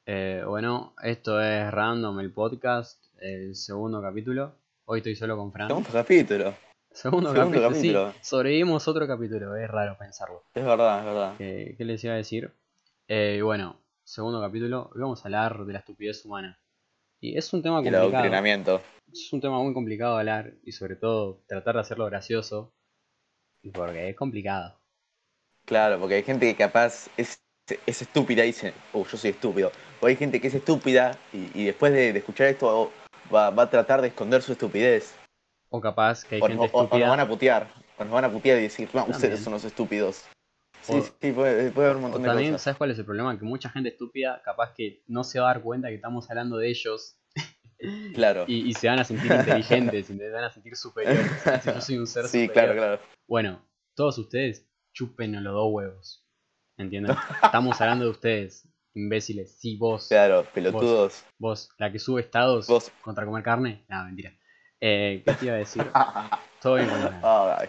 Bueno, esto es Random, el podcast, el segundo capítulo. Hoy estoy solo con Fran. Segundo capítulo. Segundo Segundo capítulo, sí, capítulo. sobrevivimos otro capítulo, es raro pensarlo. Es verdad, es verdad. ¿Qué les iba a decir? Bueno, segundo capítulo, hoy vamos a hablar de la estupidez humana. Y es un tema Y el complicado, adoctrinamiento. es un tema muy complicado de hablar y sobre todo tratar de hacerlo gracioso, porque es complicado. Claro, porque hay gente que capaz es estúpida y dice, yo soy estúpido. O hay gente que es estúpida y después de escuchar esto va a tratar de esconder su estupidez. O capaz que hay O gente o nos estúpida van a putear. O nos van a putear y decir, no, ustedes también. son los estúpidos. Sí, O, sí, puede haber un o montón de también, cosas. ¿sabes cuál es el problema? Que mucha gente estúpida capaz que no se va a dar cuenta que estamos hablando de ellos Claro. y se van a sentir inteligentes, y se van a sentir superiores. Dice, yo soy un ser Sí, claro, superior. claro. Bueno, todos ustedes chupen los dos huevos. ¿Entienden? Estamos hablando de ustedes, imbéciles. Sí, Claro, vos, pelotudos. vos, la que sube estados Vos. contra comer carne. No, mentira. ¿Qué te iba a decir? Todo bien con los ganas. Ay,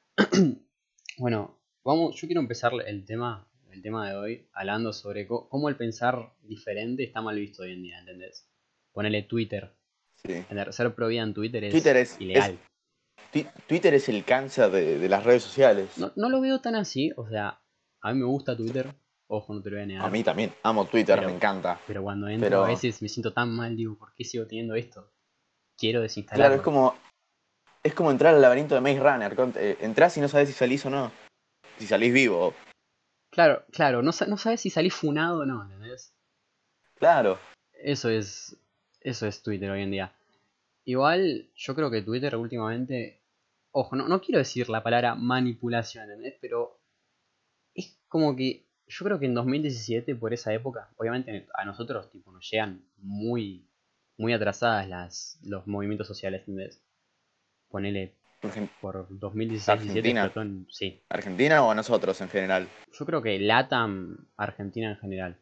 Bueno, yo quiero empezar el tema de hoy hablando sobre cómo el pensar diferente está mal visto hoy en día, ¿entendés? Ponele Twitter. sí. Ser pro vida en Twitter Twitter es ilegal. Twitter es el cáncer de las redes sociales. No lo veo tan así, o sea, a mí me gusta Twitter, ojo, no te lo voy a A negar, mí también. Amo Twitter, me pero, encanta. pero cuando entro a Pero, veces me siento tan mal, digo, ¿por qué sigo teniendo esto? Quiero claro, desinstalarlo. es como entrar al laberinto de Maze Runner. Entrás y no sabes si salís o no. Si salís vivo. Claro, claro, no sabes si salís funado o no, ¿entendés? Claro. Eso es, eso es Twitter hoy en día. Igual, yo creo que Twitter últimamente, ojo, no quiero decir la palabra manipulación, ¿entendés? Pero es como que yo creo que en 2017, por esa época, obviamente a nosotros tipo nos llegan muy atrasadas los movimientos sociales, ¿entendés? Ponele Argen- por 2016-17 Argentina. explotó en... Sí, Argentina o a nosotros en general. yo creo que LATAM, Argentina en general.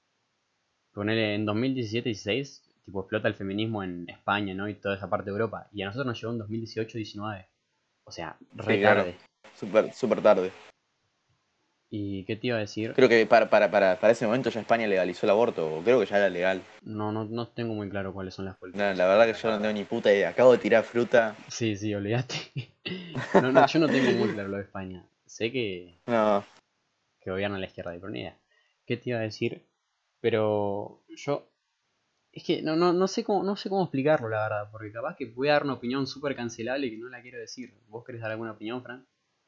Ponele en 2017-16, tipo explota el feminismo en España, ¿no? Y toda esa parte de Europa. Y a nosotros nos llegó en 2018-19. O sea, re Sí, claro. tarde. Súper tarde. ¿Y qué te iba a decir? Creo que para ese momento ya España legalizó el aborto. O creo que ya era legal. No tengo muy claro cuáles son las No, políticas la verdad que españolas, yo la no tengo verdad. ni puta idea. Acabo de tirar fruta. Sí, sí, olvídate. No, yo no tengo muy claro lo de España. Sé No. que gobierna la izquierda, pero ni idea. ¿Qué te iba a decir? Pero yo... Es que no sé cómo explicarlo, la verdad. Porque capaz que voy a dar una opinión súper cancelable y que no la quiero decir. ¿Vos querés dar alguna opinión, Fran?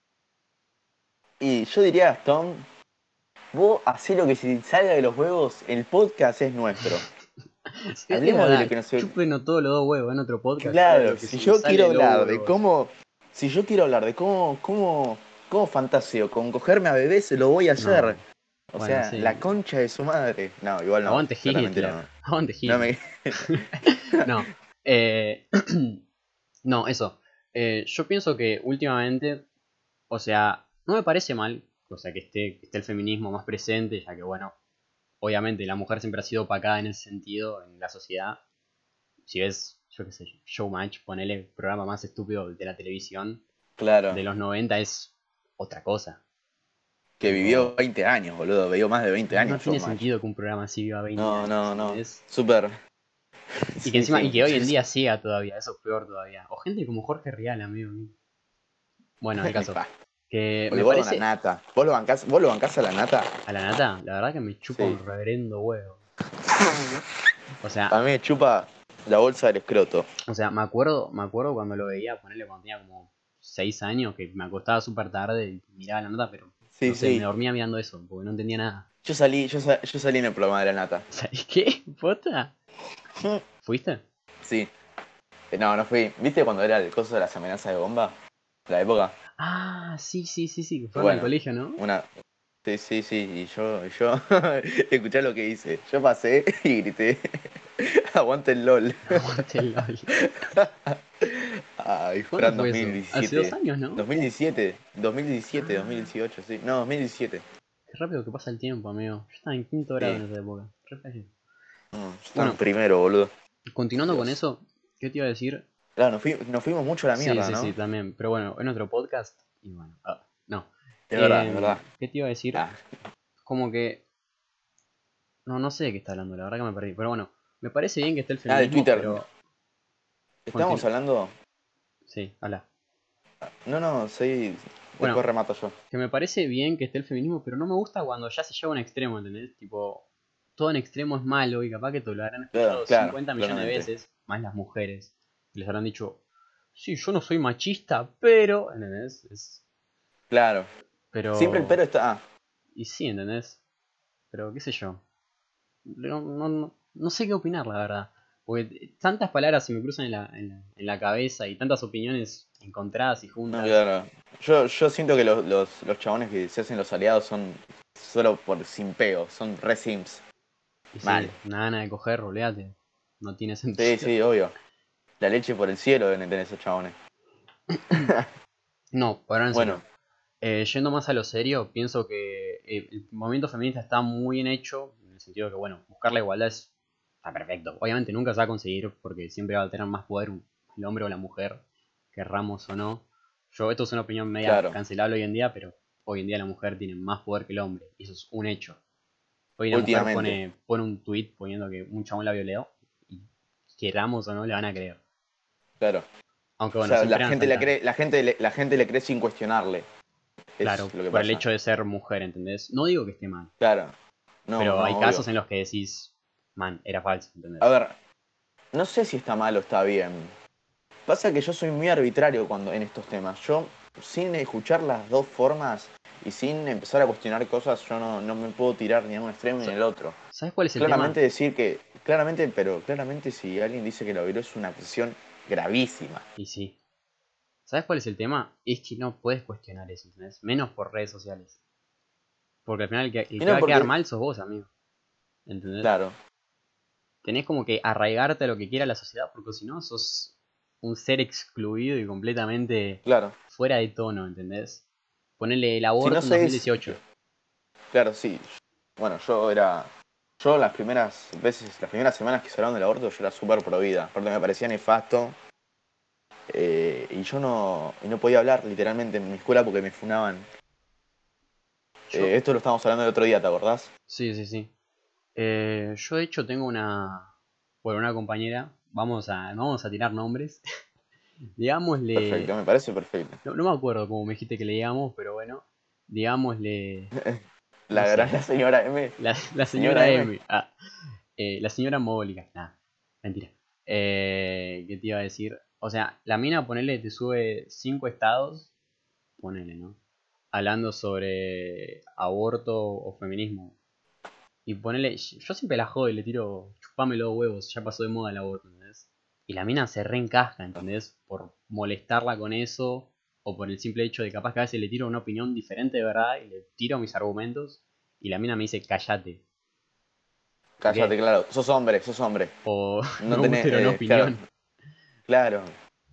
Y yo diría, Gastón, vos hacés lo que se te salga de los huevos. El podcast es nuestro. Es Hablemos de lo verdad, que nos... chúpenos todos los dos huevos en otro podcast. Yo hablo de Claro, lo que si se me yo sale quiero de los hablar de huevos. cómo... Si yo quiero hablar de cómo fantaseo con cogerme a bebés, lo voy a hacer. No. O Bueno, sea, la sí. concha de su madre. No, igual no, Aguante claramente Hitler. no. Aguante No Hitler. me... No. eh, no, eso. Yo pienso que últimamente, o sea, no me parece mal, o sea, que esté el feminismo más presente, ya que, bueno, obviamente la mujer siempre ha sido opacada en ese sentido en la sociedad. Si ves, yo qué sé, Showmatch, ponele el programa más estúpido de la televisión Claro, de los 90 es otra cosa. que vivió Tipo, 20 años, boludo. Vivió más de 20 no años tiene Showmatch. sentido que un programa así viva 20 No, años, no, no. ¿entendés? Súper... Y que Sí, encima, y sí. que hoy en día siga todavía, eso es peor todavía. O gente como Jorge Rial, amigo. Bueno, el caso. Bah, Que o el me gordo la parece nata. Vos lo bancás a la nata? a la nata, la verdad que me chupa un Sí. reverendo huevo. O A sea, mí me chupa la bolsa del escroto. me acuerdo cuando lo veía, ponerle cuando tenía como 6 años, que me acostaba súper tarde y miraba la nota, pero no Sí, sé, me sí. dormía mirando eso, porque no entendía nada. Yo salí en el programa de la nata. ¿Sabes qué? ¿Pota? ¿Fuiste? Sí. No, no fui. ¿Viste cuando era el coso de las amenazas de bomba? La época. Ah, sí, sí, sí, sí, que Y fueron al bueno, colegio, ¿no? una. Sí, sí, sí. Y yo escuché lo que hice. Yo pasé y grité. Aguante el LOL. Aguante el LOL. Ay, ¿Cuándo Fran fue eso? Hace 2 2017. años, ¿no? 2017. 2017, Ah, 2018, sí. No, 2017. qué rápido que pasa el tiempo, amigo. Yo estaba en quinto grado Sí. en esa época. Re fácil. Yo estaba en Bueno, primero, boludo. continuando con Dios. eso, ¿qué te iba a decir? Claro, nos fuimos mucho a la Sí, mierda, sí, sí, ¿no? también. Pero bueno, en otro podcast. Y bueno, no. Es verdad, es verdad. ¿Qué te iba a decir? Ah, Como que No sé de qué está hablando, la verdad que me perdí. Pero bueno, me parece bien que esté el Ah, de feminismo, Twitter. pero... Estamos Continúa. hablando. Sí, habla. No, sí. Bueno, Después remato yo. que me parece bien que esté el feminismo, pero no me gusta cuando ya se lleva a un extremo, ¿entendés? Tipo, todo en extremo es malo y capaz que te lo habrán Claro, escuchado claro, 50 millones de claramente. veces, más las mujeres. Y les habrán dicho, sí, yo no soy machista, pero, ¿entendés? Claro. Siempre el Pero, pero está. y sí, ¿entendés? Pero qué sé yo. No sé qué opinar, la verdad. Porque tantas palabras se me cruzan en la cabeza y tantas opiniones encontradas y No, juntas. claro. Yo siento que los chabones que se hacen los aliados son solo por simpeo, son re sims. Y Mal. sí, una gana de coger, roleate. No tiene Sí, sentido. sí, obvio. La leche por el cielo deben tener esos chabones. No, pero ahora en Bueno, serio. Yendo más a lo serio, pienso que el movimiento feminista está muy bien hecho, en el sentido de que, bueno, buscar la igualdad está perfecto. Obviamente nunca se va a conseguir porque siempre va a tener más poder el hombre o la mujer, querramos o no. Esto es una opinión media claro. cancelable hoy en día, pero hoy en día la mujer tiene más poder que el hombre, y eso es un hecho. Hoy una mujer Últimamente. pone un tweet poniendo que un chabón la violó, y queramos o no, le van a creer. Claro. Aunque O bueno, sea, la siempre van a gente le saltar. cree, la gente le cree sin cuestionarle. Es Claro, lo que por el pasa. hecho de ser mujer, ¿entendés? No digo que esté mal, Claro. No, pero hay no, obvio. casos en los que decís, man, era falso, A ¿entendés? ver, no sé si está mal o está bien. Pasa que yo soy muy arbitrario cuando en estos temas. Yo, sin escuchar las dos formas y sin empezar a cuestionar cosas, yo no me puedo tirar ni a un extremo ni en Sa- el otro. ¿Sabes cuál es el tema? Claramente decir que, claramente, pero claramente si alguien dice que lo violó es una acción gravísima. Y sí. ¿Sabes cuál es el tema? Es que no puedes cuestionar eso, ¿entendés? Menos por redes sociales. Porque al final el Y que no va a quedar porque, mal sos vos, amigo. ¿Entendés? claro, Tenés como que arraigarte a lo que quiera la sociedad, porque si no, sos un ser excluido y completamente claro. fuera de tono, ¿entendés? Ponerle el Si no aborto en sé, 2018. claro, sí. Bueno, yo las primeras veces, las primeras semanas que se hablaron del aborto, yo era súper pro vida. Aparte me parecía nefasto. Y yo no podía hablar literalmente en mi escuela porque me funaban. Yo, Esto lo estábamos hablando el otro día, ¿te acordás? sí, sí, sí. Yo de hecho tengo una compañera, no vamos a tirar nombres, digámosle, Perfecto, me parece perfecto. no me acuerdo cómo me dijiste que le digamos, pero bueno, digámosle, no La gran sé, la señora M. la Señora señora M. M, la señora Mogólica, nada, mentira. ¿Qué te iba a decir? O sea, la mina, ponele, te sube 5 estados, ponele, ¿no? Hablando sobre aborto o feminismo. Y ponele, yo siempre la jodo y le tiro, chupame los huevos, ya pasó de moda el aborto, ¿entendés? Y la mina se reencasca, ¿entendés? Por molestarla con eso, o por el simple hecho de capaz que a veces le tiro una opinión diferente de verdad y le tiro mis argumentos, y la mina me dice, cállate. ¿Por Cállate, qué? claro. Sos hombre, sos hombre. O No no tenés, gusta una claro, opinión. claro.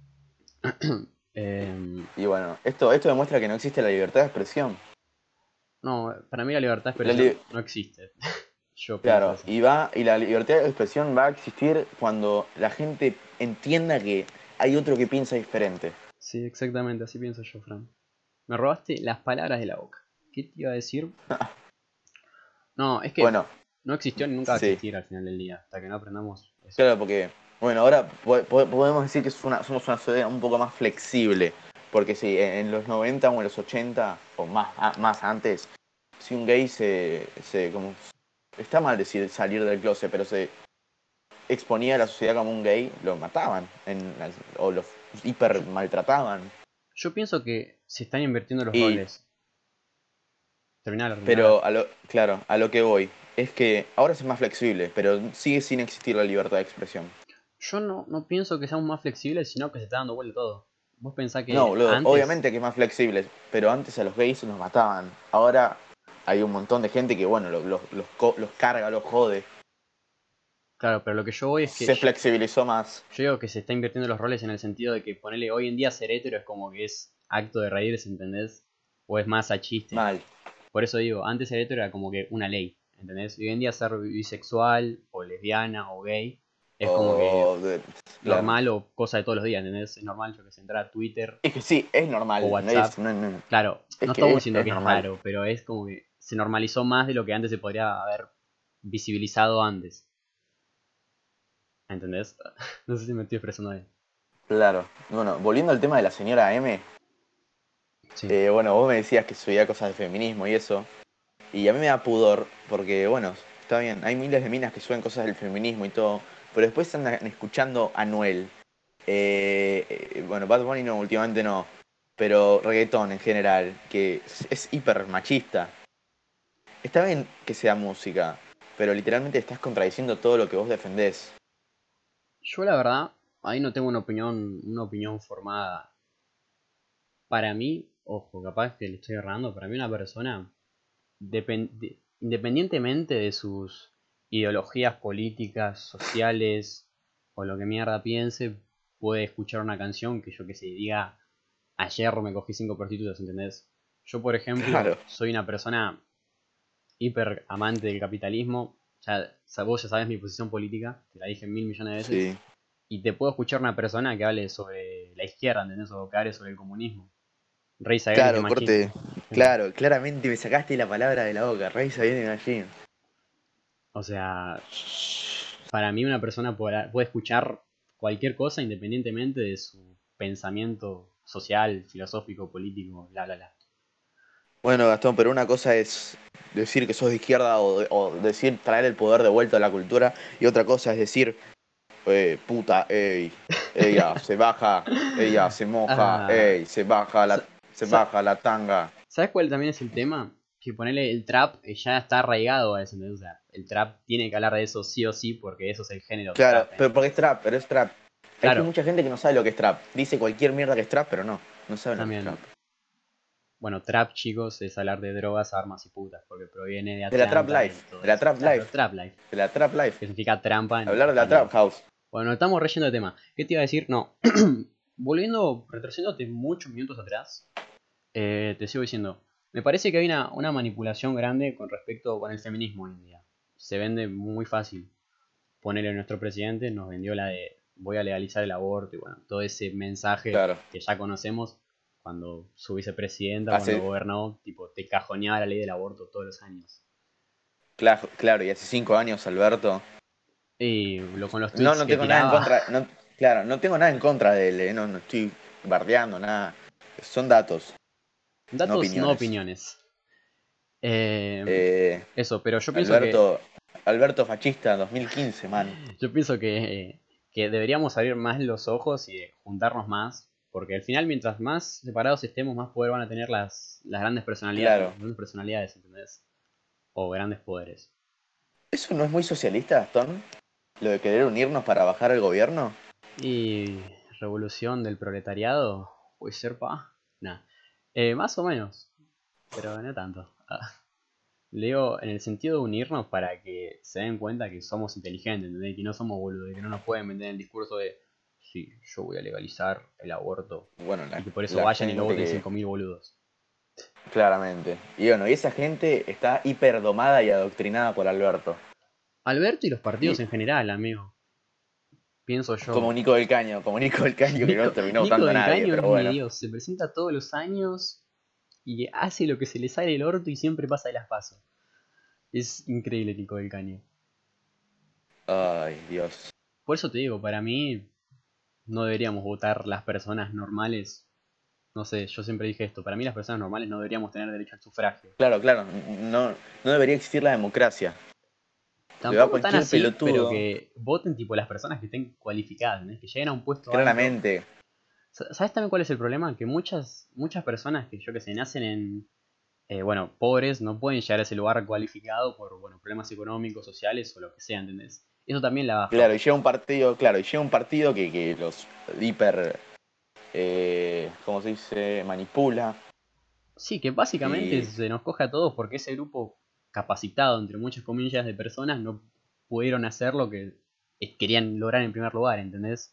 Em, Y bueno, esto demuestra que no existe la libertad de expresión. no, para mí la libertad de La li- expresión no existe. Yo pienso claro, eso. y la libertad de expresión va a existir cuando la gente entienda que hay otro que piensa diferente. Sí, exactamente, así pienso yo, Fran. Me robaste las palabras de la boca. ¿Qué te iba a decir? No, es que Bueno, no existió ni nunca va a sí. existir al final del día, hasta que no aprendamos eso. Claro, porque, bueno, ahora podemos decir que somos una sociedad un poco más flexible. Porque sí, en los 90 o en los 80 o más antes, si un gay como, está mal decir salir del closet, pero se exponía a la sociedad como un gay, lo mataban o lo hiper Yo, maltrataban. yo pienso que se están invirtiendo los Y, roles. Terminar, terminar. pero, claro, a lo que voy, es que ahora es más flexible, pero sigue sin existir la libertad de expresión. Yo no pienso que seamos más flexibles, sino que se está dando vuelta todo. Vos pensás No, que boludo, antes, obviamente que es más flexible, pero antes a los gays nos mataban. Ahora hay un montón de gente que, bueno, los carga, los jode. claro, pero lo que yo voy es que Se flexibilizó más. yo digo que se está invirtiendo los roles en el sentido de que ponerle hoy en día ser hetero es como que es acto de reírse, ¿entendés? O es más a chiste. Mal. Por eso digo, antes ser hetero era como que una ley, ¿entendés? Y hoy en día ser bisexual, o lesbiana, o gay, es como que Claro. normal o cosa de todos los días, ¿entendés? Es normal, yo que sé, entrar a Twitter Es que sí, es o normal. WhatsApp. Claro, Es no que estamos diciendo es que es normal. raro, pero es como que se normalizó más de lo que antes se podría haber visibilizado antes. ¿Entendés? No sé si me estoy expresando bien. Claro. Bueno, volviendo al tema de la señora M, Sí. bueno, vos me decías que subía cosas de feminismo y eso. Y a mí me da pudor, porque bueno, está bien, hay miles de minas que suben cosas del feminismo y todo, pero después andan escuchando a Anuel. Bueno, Bad Bunny no, últimamente no, pero reggaetón en general, que es hiper machista. Está bien que sea música, pero literalmente estás contradiciendo todo lo que vos defendés. Yo la verdad, ahí no tengo una opinión formada. Para mí, ojo, capaz que le estoy errando, para mí una persona, independientemente de sus ideologías políticas, sociales o lo que mierda piense, puede escuchar una canción que yo que sé, diga, ayer me cogí 5 prostitutas, ¿entendés? Yo, por ejemplo, Claro, soy una persona hiper amante del capitalismo. Vos ya sabes mi posición política, te la dije 1000 millones de veces. sí. Y te puedo escuchar una persona que hable sobre la izquierda, ¿entendés? O que hable sobre el comunismo. Reis Against the Claro, Machine, corte. por ejemplo. Claro, claramente me sacaste la palabra de la boca. Rey bien Machine. O sea, para mí una persona puede escuchar cualquier cosa independientemente de su pensamiento social, filosófico, político, bla, bla, bla. Bueno, Gastón, pero una cosa es decir que sos de izquierda o decir traer el poder de vuelta a la cultura y otra cosa es decir, puta, ey, ella se moja, Ah, ey, sa- se sa- baja la tanga. ¿Sabes cuál también es el tema? Que ponerle el trap ya está arraigado a eso, ¿entendés? O sea, el trap tiene que hablar de eso sí o sí porque eso es el género Claro, trap, pero porque es ¿entendés? trap, pero es trap. Hay Claro, mucha gente que no sabe lo que es trap. Dice cualquier mierda que es trap, pero no saben lo que es trap. también, bueno, trap, chicos, es hablar de drogas, armas y putas, porque proviene de De la trap Atlanta y life, todo de la eso. trap Claro, life, trap life, de la trap life. que significa trampa en Hablar de la trap español. house. Bueno, estamos reyendo de tema. ¿Qué te iba a decir? No. Volviendo, retrocediéndote muchos minutos atrás, te sigo diciendo. Me parece que hay una manipulación grande con respecto con el feminismo hoy en día. Se vende muy fácil. Ponerle a nuestro presidente, nos vendió la de voy a legalizar el aborto y bueno, todo ese mensaje Claro. que ya conocemos cuando su vicepresidenta, cuando Hace, gobernó, tipo, te cajoneaba la ley del aborto todos los años. claro, y hace 5 años, Alberto. Y con los No, tweets no que tengo nada en tiraba, contra. No, claro, no tengo nada en contra de él, no estoy bardeando nada. Son datos, no datos, no opiniones. opiniones. Eh, Eh, Eso, pero yo pienso que Alberto, Alberto fascista 2015, man. yo pienso que deberíamos abrir más los ojos y juntarnos más, porque al final mientras más separados estemos, más poder van a tener las Claro. grandes personalidades, ¿entendés? O grandes poderes. ¿Eso no es muy socialista, Gastón? Lo de querer unirnos para bajar al gobierno. Y revolución del proletariado, puede ser pa. Nah. Más o menos, pero no tanto. Le digo, en el sentido de unirnos para que se den cuenta que somos inteligentes, ¿entendés? Que no somos boludos, y que no nos pueden vender el discurso de, sí, yo voy a legalizar el aborto, Bueno, y que por eso la vayan y lo gente voten que... 5.000 boludos. Claramente. Y bueno, y esa gente está hiperdomada y adoctrinada por Alberto. Alberto y los partidos Y en general, amigo, pienso como yo. Nico del Caño, que no terminó Nico votando a del nadie, Caño pero es mi bueno. dios, se presenta todos los años y hace lo que se le sale el orto y siempre pasa de las pasos. Es increíble Nico del Caño. Ay, Dios. Por eso te digo, para mí no deberíamos votar las personas normales. No sé, yo siempre dije esto, para mí las personas normales no deberíamos tener derecho al sufragio. Claro, claro, no debería existir la democracia. Porque va Tampoco tan cualquier así, pero pelotudo, que voten tipo las personas que estén cualificadas, ¿entendés? Que lleguen a un puesto alto. claramente. ¿Sabes también cuál es el problema? Que muchas personas que yo que sé, nacen en, bueno, pobres, no pueden llegar a ese lugar cualificado por, bueno, problemas económicos, sociales o lo que sea, ¿entendés? Eso también la baja. Claro, y llega un partido, claro, y llega un partido que los hiper, ¿cómo se dice? Manipula. Sí, que básicamente Y se nos coge a todos porque ese grupo capacitado, entre muchas comillas, de personas no pudieron hacer lo que querían lograr en primer lugar, ¿entendés?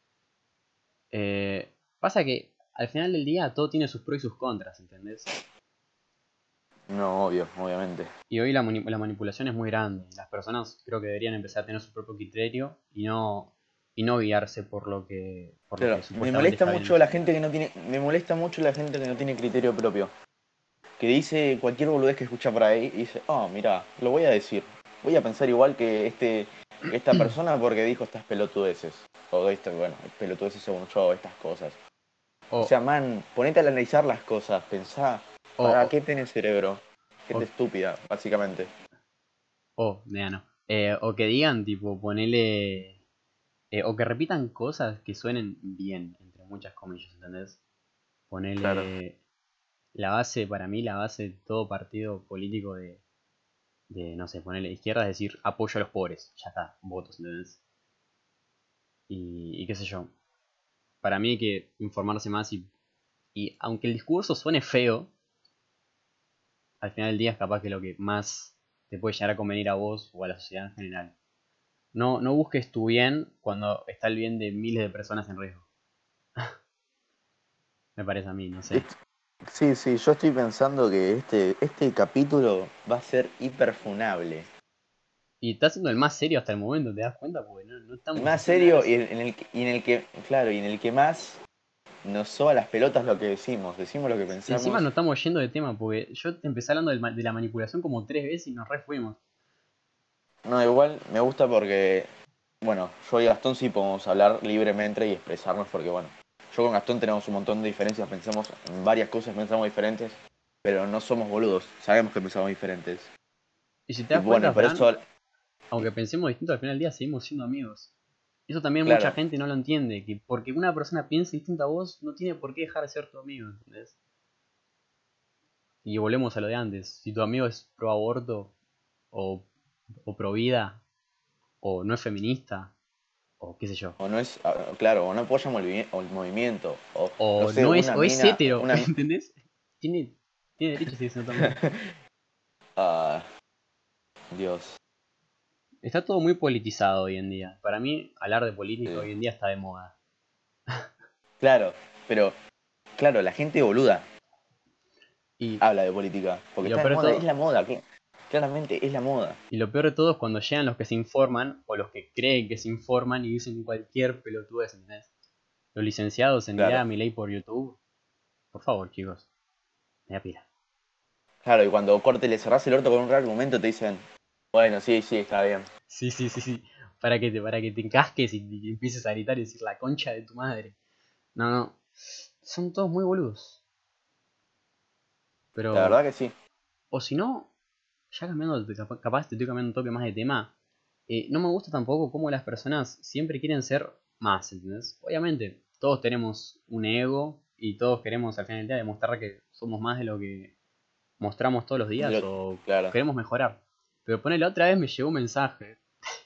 Pasa que al final del día todo tiene sus pros y sus contras, ¿entendés? no, obvio, obviamente. Y hoy la manipulación es muy grande. Las personas creo que deberían empezar a tener su propio criterio y no guiarse por lo Claro, que supuestamente está bien en la sociedad. me molesta mucho la gente que no tiene criterio propio. Que dice cualquier boludez que escucha por ahí y dice, oh, mira, lo voy a decir. voy a pensar igual que esta persona porque dijo estas pelotudeces. O bueno, pelotudeces según yo, estas cosas. O O, sea, man, ponete a analizar las cosas, pensá, o, ¿para o, qué tenés cerebro? Gente o, estúpida, básicamente. ya no. O que digan, tipo, ponele. O que repitan cosas que suenen bien, entre muchas comillas, ¿entendés? Claro. Ponele. La base, para mí, la base de todo partido político no sé, ponerle izquierda es decir apoyo a los pobres. Ya está, votos, ¿entendés? Y qué sé yo. Para mí hay que informarse más y aunque el discurso suene feo, al final del día es capaz que lo que más te puede llegar a convenir a vos o a la sociedad en general. No busques tu bien cuando está el bien de miles de personas en riesgo. Me parece a mí, no sé. Sí, sí, yo estoy pensando que este capítulo va a ser hiperfunable. Y está siendo el más serio hasta el momento, ¿te das cuenta? Porque no El estamos más diciendo nada de serio eso. y en el que, claro, y en el que más nos soba las pelotas lo que decimos lo que Encima pensamos. nos estamos yendo de tema, porque yo empecé hablando de la manipulación como 3 veces y nos re fuimos. No, igual me gusta porque, bueno, yo y Gastón sí podemos hablar libremente y expresarnos porque, bueno, yo con Gastón tenemos un montón de diferencias, pensamos en varias cosas, pensamos diferentes, pero no somos boludos, sabemos que pensamos diferentes. Y si te Y das bueno, y cuenta, por Fran, eso, aunque pensemos distinto, al final del día seguimos siendo amigos. Eso también mucha claro, gente no lo entiende, que porque una persona piense distinto a vos, no tiene por qué dejar de ser tu amigo, ¿entendés? Y volvemos a lo de antes. Si tu amigo es pro aborto, o, o pro vida, o no es feminista, o qué sé yo. o no es, claro, o no apoya el movimiento, o no O sé, no es, una o es mina, hetero, ¿entendés? Tiene, tiene derecho a seguir siendo tu amigo. ah, Dios, Está todo muy politizado hoy en día. Para mí, hablar de política sí. hoy en día está de moda. Claro, pero, claro, la gente boluda Y, habla de política, porque y lo está de peor de moda, es todo, la moda, claramente es la moda. y lo peor de todo es cuando llegan los que se informan, o los que creen que se informan y dicen cualquier pelotudez, ¿entendés? Los licenciados en Claro. Mirá mi ley por YouTube. Por favor, chicos, me da pila. Claro, y cuando corte le cerrás el orto con un real argumento te dicen, bueno, sí, sí, está bien. Sí, sí, sí, sí. Para que te encasques y empieces a gritar y decir la concha de tu madre. No, no. Son todos muy boludos. La Pero, verdad que sí. o si no, ya cambiando, capaz te estoy cambiando un toque más de tema. No me gusta tampoco cómo las personas siempre quieren ser más, ¿entendés? Obviamente, todos tenemos un ego y todos queremos al final del día demostrar que somos más de lo que mostramos todos los días o Claro. queremos mejorar. Pero ponele, otra vez me llegó un mensaje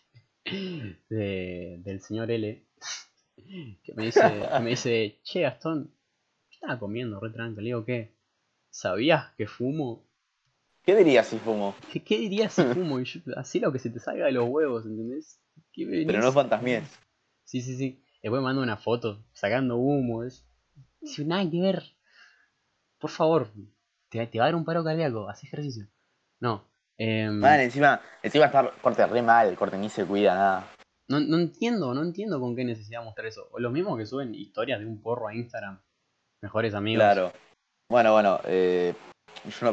del señor L que me dice, che Gastón, yo estaba comiendo re tranquilo, le digo, ¿qué? ¿Sabías que fumo? ¿Qué dirías si fumo? ¿Qué dirías si fumo? Y yo, así lo que se te salga de los huevos, ¿entendés? ¿Qué me Pero no venís? fantasmies. Sí, sí, sí. Después me manda una foto sacando humo. Dice, nada que ver. Por favor, te va a dar un paro cardíaco. Haz ejercicio. No. Man, encima está corte re mal, corte ni se cuida nada. No entiendo con qué necesidad mostrar eso. O los mismos que suben historias de un porro a Instagram. Mejores amigos. Claro. Bueno, yo no.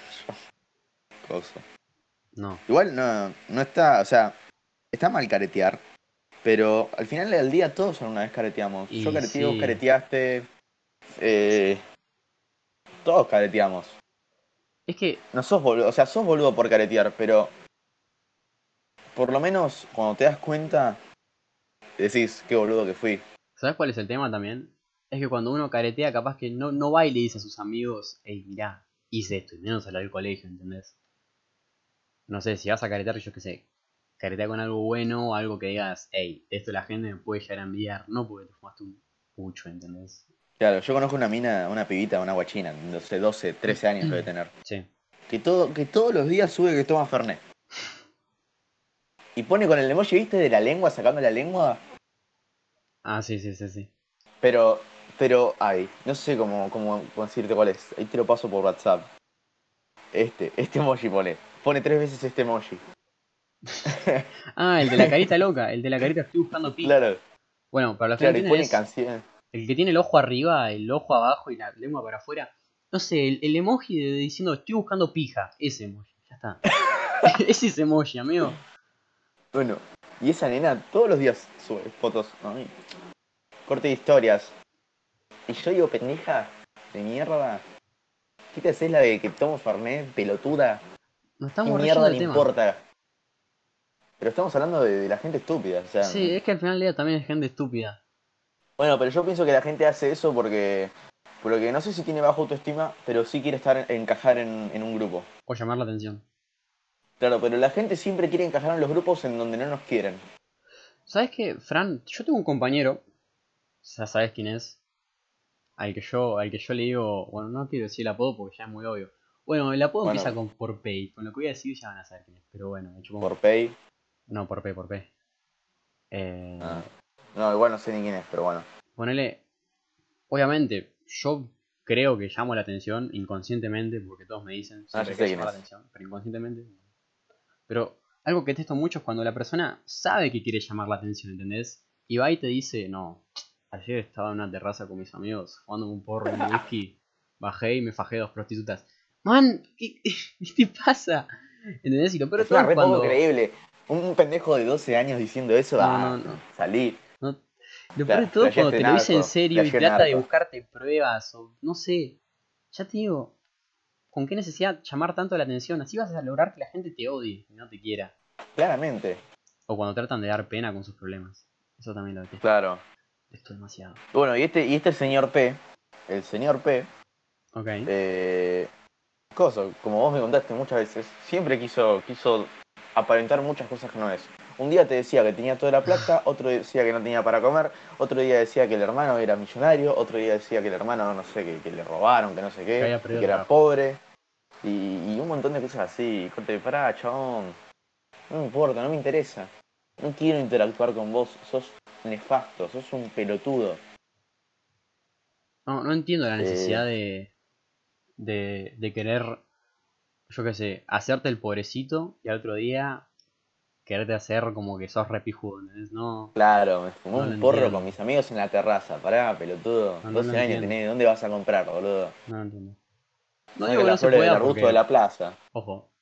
Cosa. No. Igual no está, o sea, está mal caretear, pero al final del día todos alguna vez careteamos. Yo Y careteé, vos sí. careteaste, eh, todos careteamos. Es que, No sos boludo, o sea, sos boludo por caretear, pero por lo menos cuando te das cuenta, decís, qué boludo que fui. ¿sabes cuál es el tema también? Es que cuando uno caretea, capaz que no va y le dice a sus amigos, hey, mirá, hice esto, y menos a lo del colegio, ¿entendés? No sé, si vas a caretear, yo qué sé, caretea con algo bueno o algo que digas, hey, esto la gente me puede llegar a envidiar, no porque te fumaste un pucho, ¿entendés? Claro, yo conozco una mina, una pibita, una guachina, no sé, 12, 13 años debe tener, Sí. que todos los días sube que toma Fernet. Y pone con el emoji, ¿viste? De la lengua, sacando la lengua. Ah, sí, sí, sí, sí. Pero, ay, no sé cómo decirte cuál es. Ahí te lo paso por WhatsApp. Este emoji pone. Pone 3 veces este emoji. Ah, el de la carita loca, el de la carita estoy buscando pija. Claro, Bueno, para los que no claro, y entienden pone es canción. el que tiene el ojo arriba, el ojo abajo y la lengua para afuera. No sé, el emoji diciendo estoy buscando pija, ese emoji, ya está. Ese es emoji, amigo. Bueno, y esa nena todos los días sube fotos, ¿no? Corte de historias. Y yo digo, pendeja de mierda, ¿qué te haces la de que tomo Fernet, pelotuda? Nos ¿Qué estamos reyendo mierda de le tema. importa? Pero estamos hablando de la gente estúpida, o sea... Sí, es que al final del día también es gente estúpida. Bueno, pero yo pienso que la gente hace eso porque no sé si tiene baja autoestima, pero sí quiere encajar en un grupo. O llamar la atención. Claro, pero la gente siempre quiere encajar en los grupos en donde no nos quieren. ¿Sabes qué, Fran? Yo tengo un compañero, ya sabes quién es, al que yo le digo, bueno, no quiero decir el apodo porque ya es muy obvio. Bueno, el apodo empieza Bueno, con por P, con lo que voy a decir ya van a saber quién es, pero bueno, me chupo un por huevo. Pay. No, por P, por P. Ah, Eh, no, igual no sé ni quién es, pero bueno. ponele, obviamente, yo creo que llamo la atención inconscientemente, porque todos me dicen Ah, ya siempre que hay sé que quién llamar la es. atención, pero inconscientemente. Pero algo que testo mucho es cuando la persona sabe que quiere llamar la atención, ¿entendés? Y va y te dice, no, ayer estaba en una terraza con mis amigos, jugando un porro y un whisky, bajé y me fajé dos prostitutas. Man, ¿qué te pasa? ¿Entendés? Y lo peor de todo Encima es re poco cuando... creíble. Un pendejo de 12 años diciendo eso, No, no, no. salí. no. Lo peor de todo es cuando Flasheaste te lo dice en narco, serio y flasheó trata de narco. buscarte pruebas o no sé. Ya te digo, ¿con qué necesidad llamar tanto la atención? Así vas a lograr que la gente te odie y no te quiera. Claramente. O cuando tratan de dar pena con sus problemas. Eso también lo detesto. Claro. Detesto demasiado. Bueno, y este señor P, el señor P, Ok. eh, como vos me contaste muchas veces, siempre quiso aparentar muchas cosas que no es. Un día te decía que tenía toda la plata, otro decía que no tenía para comer, otro día decía que el hermano era millonario, otro día decía que el hermano, no sé, que le robaron, que no sé Que qué, haya y perdido que el era trabajo. pobre, y un montón de cosas así. Corte, pará, chabón, no me importa, no me interesa. No quiero interactuar con vos, sos nefasto, sos un pelotudo. No, no entiendo la Eh, necesidad de querer, yo qué sé, hacerte el pobrecito y al otro día quererte hacer como que sos repijudo, ¿entendés? No, claro, me fumé no lo un porro con entiendo. mis amigos en la terraza. Pará, pelotudo. No, no lo 12 años entiendo. tenés, ¿dónde vas a comprar, boludo? No lo entiendo. No Son digo de que no las se flores del pueda arbusto de porque, la plaza. ojo,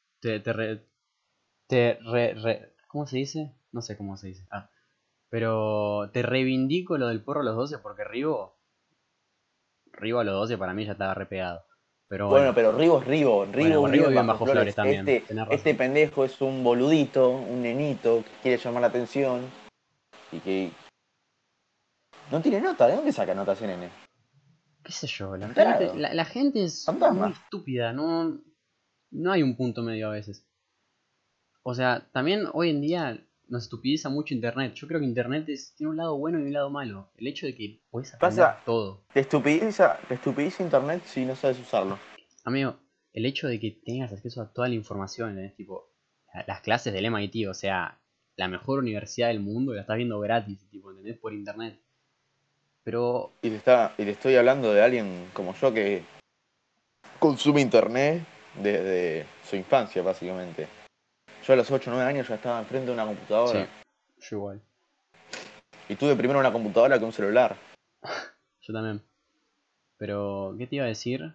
¿cómo se dice? No sé cómo se dice. Ah, pero te reivindico lo del porro a los 12 porque Rivo a los 12 para mí ya estaba re pegado. Pero Bueno, bueno. pero Rivo es Rivo. Bueno, Rivo con Rivo vive viven bajo bajo flores flores. también. Tenés Este razón. pendejo es un boludito, un nenito que quiere llamar la atención y que no tiene nota. ¿De dónde saca notas ese nene? Qué sé yo, la Un gente, tarado. la gente es muy Fantasma. estúpida, no hay un punto medio a veces. O sea, también hoy en día nos estupidiza mucho internet. Yo creo que internet tiene un lado bueno y un lado malo. El hecho de que puedes aprender Pasa, todo. te estupidiza internet si no sabes usarlo. Amigo, el hecho de que tengas acceso a toda la información, ¿entendés? Tipo, las clases del MIT, o sea, la mejor universidad del mundo, la estás viendo gratis, tipo, ¿entendés? Por internet. Pero, Y te estoy hablando de alguien como yo que consume internet desde su infancia, básicamente. Yo a los 8 o 9 años ya estaba enfrente de una computadora. sí, yo igual. Y tuve primero una computadora que un celular. Yo también. Pero, ¿qué te iba a decir?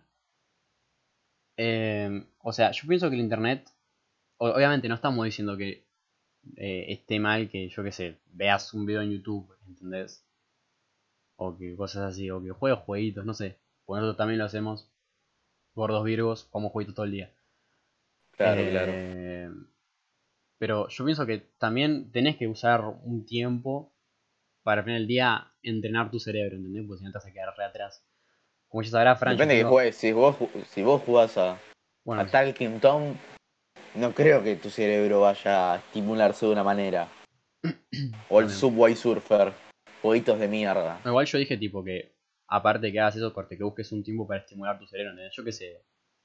O sea, yo pienso que el internet, obviamente no estamos diciendo que esté mal que, yo qué sé, veas un video en YouTube, ¿entendés? O que cosas así, o que juegues jueguitos, no sé. Porque nosotros también lo hacemos, gordos virgos, jugamos jueguitos todo el día. Claro, claro. Eh, pero yo pienso que también tenés que usar un tiempo para al final del día entrenar tu cerebro, ¿entendés? Porque si no te vas a quedar re atrás. Como ya sabrás, Fran, yo Depende que tengo... juegues. Si vos jugás a Bueno, Talking Tom, no creo que tu cerebro vaya a estimularse de una manera. O el también. Subway Surfer. Jueguitos de mierda. No, igual yo dije tipo que, aparte que hagas eso, corte, que busques un tiempo para estimular tu cerebro, ¿entendés? Yo qué sé,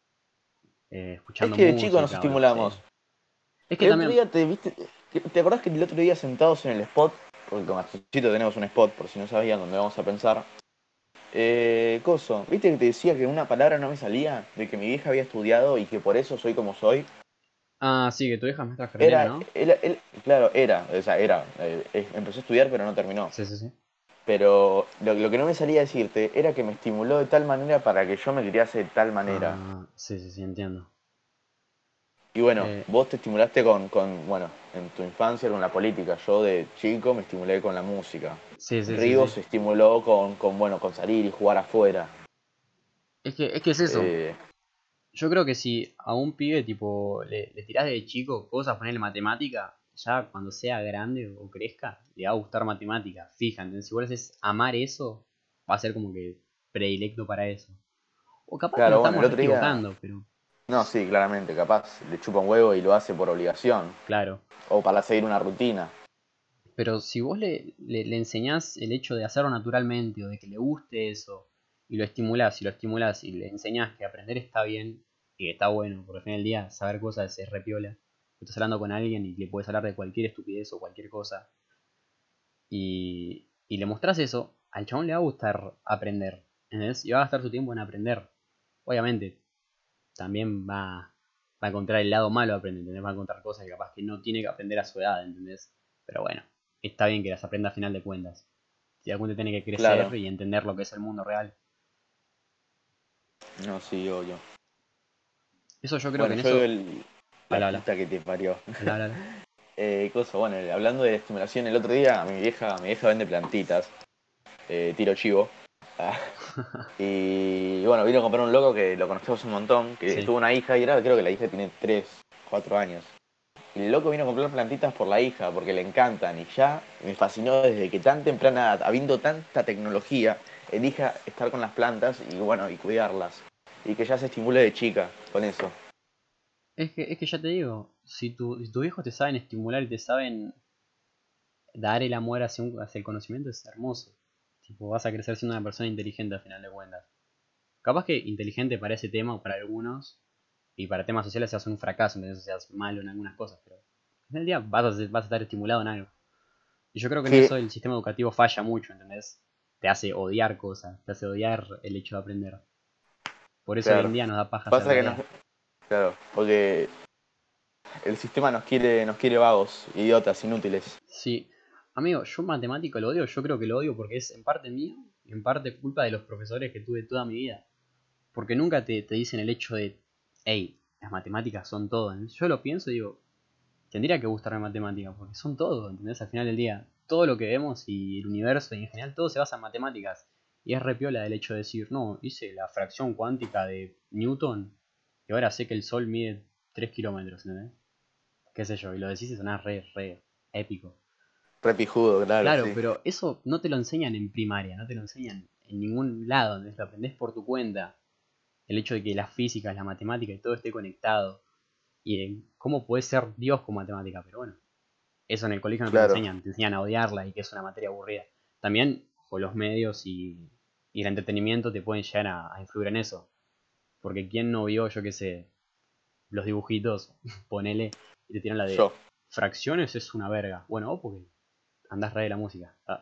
Es escuchando que de chico nos música o lo que estimulamos. sea. Es que El otro también, día ¿te acordás que el otro día sentados en el spot? Porque con Gastosito tenemos un spot, por si no sabían dónde vamos a pensar. ¿Viste que te decía que una palabra no me salía? De que mi vieja había estudiado y que por eso soy como soy. ah, sí, que tu hija es maestra jardinera, ¿no? Claro, empezó a estudiar pero no terminó. Sí, sí, sí. Pero lo que no me salía a decirte era que me estimuló de tal manera para que yo me criase de tal manera. Ah, sí, sí, sí, entiendo. Y bueno, Eh, vos te estimulaste bueno, en tu infancia con la política. Yo de chico me estimulé con la música. sí, sí, sí, Río sí. se estimuló bueno, con salir y jugar afuera. Es que es eso. Eh, Yo creo que si a un pibe tipo le tirás de chico cosas, ponerle matemática, ya cuando sea grande o crezca, le va a gustar matemática, fija. Entonces, si vos le haces amar eso, va a ser como que predilecto para eso. O capaz que nos claro, bueno, el estamos re otro día, equivocando, pero no, sí, claramente, capaz le chupa un huevo y lo hace por obligación claro. o para seguir una rutina. Pero si vos le enseñás el hecho de hacerlo naturalmente o de que le guste eso, y lo estimulás y le enseñás que aprender está bien y que está bueno, porque al final del día saber cosas es repiola. Estás hablando con alguien y le puedes hablar de cualquier estupidez o cualquier cosa y le mostrás eso, al chabón le va a gustar aprender, ¿entendés? Y va a gastar su tiempo en aprender. Obviamente, también va a encontrar el lado malo de aprender, ¿entendés? Va a encontrar cosas que capaz que no tiene que aprender a su edad, ¿entendés? Pero bueno, está bien que las aprenda a final de cuentas. Si da cuenta tiene que crecer Claro, y entender lo que es el mundo real. no, sí, obvio. Eso yo creo que Bueno, en yo eso... la Habla, habla, puta que te parió. habla, habla, habla. Bueno, hablando de estimulación, el otro día mi vieja vende plantitas, tiro chivo. Ah, y bueno, vino a comprar un loco que lo conocemos un montón, que Sí. tuvo una hija y ahora creo que la hija tiene 3 4 años. Y el loco vino a comprar plantitas por la hija, porque le encantan. Y ya me fascinó desde que tan temprana edad, habiendo tanta tecnología, elija estar con las plantas y bueno, y cuidarlas. Y que ya se estimule de chica con eso. Es que ya te digo, si tus hijos te saben estimular y te saben dar el amor hacia el conocimiento, es hermoso. Tipo, vas a crecer siendo una persona inteligente al final de cuentas. Capaz que inteligente para ese tema o para algunos, y para temas sociales seas un fracaso, entonces seas malo en algunas cosas, pero al final del día vas a estar estimulado en algo. Y yo creo que en Que, eso el sistema educativo falla mucho, ¿entendés? Te hace odiar cosas, te hace odiar el hecho de aprender. Por eso hoy en claro, día nos da paja hacer pasa que no, tarea. claro, porque el sistema nos quiere vagos, idiotas, inútiles. Sí, amigo, yo matemático lo odio, yo creo que lo odio porque es en parte mío y en parte culpa de los profesores que tuve toda mi vida. Porque nunca te dicen el hecho de, hey, las matemáticas son todo. ¿Entendés? Yo lo pienso y digo, tendría que gustarme matemáticas, porque son todo, ¿entendés? Al final del día, todo lo que vemos y el universo y en general todo se basa en matemáticas. Y es repiola el hecho de decir, no, hice la fracción cuántica de Newton y ahora sé que el Sol mide 3 kilómetros, ¿entendés? Qué sé yo, y lo decís y sonás re épico. Re pijudo, claro, Claro, sí. pero eso no te lo enseñan en primaria, no te lo enseñan en ningún lado, ¿entendés? Lo aprendés por tu cuenta. El hecho de que las físicas, la matemática y todo esté conectado. Y cómo puedes ser Dios con matemática, pero bueno. Eso en el colegio no Claro, te enseñan a odiarla y que es una materia aburrida. También, con los medios y el entretenimiento te pueden llegar a influir en eso. Porque quién no vio, yo qué sé, los dibujitos, ponele, y te tiran la de yo. fracciones es una verga. Bueno, vos porque andás re de la música. Ah.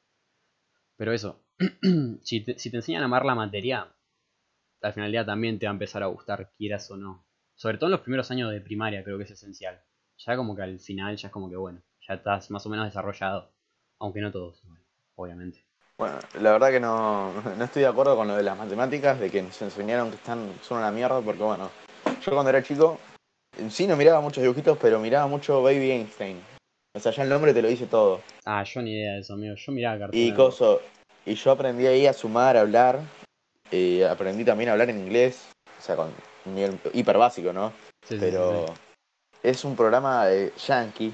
Pero eso, si te enseñan a amar la materia, al final del día también te va a empezar a gustar, quieras o no. Sobre todo en los primeros años de primaria creo que es esencial. Ya como que al final ya es como que bueno, ya estás más o menos desarrollado. Aunque no todos, igual, obviamente. Bueno, la verdad que no estoy de acuerdo con lo de las matemáticas, de que nos enseñaron que son una mierda, porque bueno, yo cuando era chico, sí no miraba muchos dibujitos, pero miraba mucho Baby Einstein. O sea, ya el nombre te lo dice todo. Ah, yo ni idea de eso, amigo. Yo miraba Cartoon Y Network. y yo aprendí ahí a sumar, a hablar, aprendí también a hablar en inglés, o sea, con un nivel hiper básico, ¿no? Sí, sí, sí, Pero sí. es un programa yankee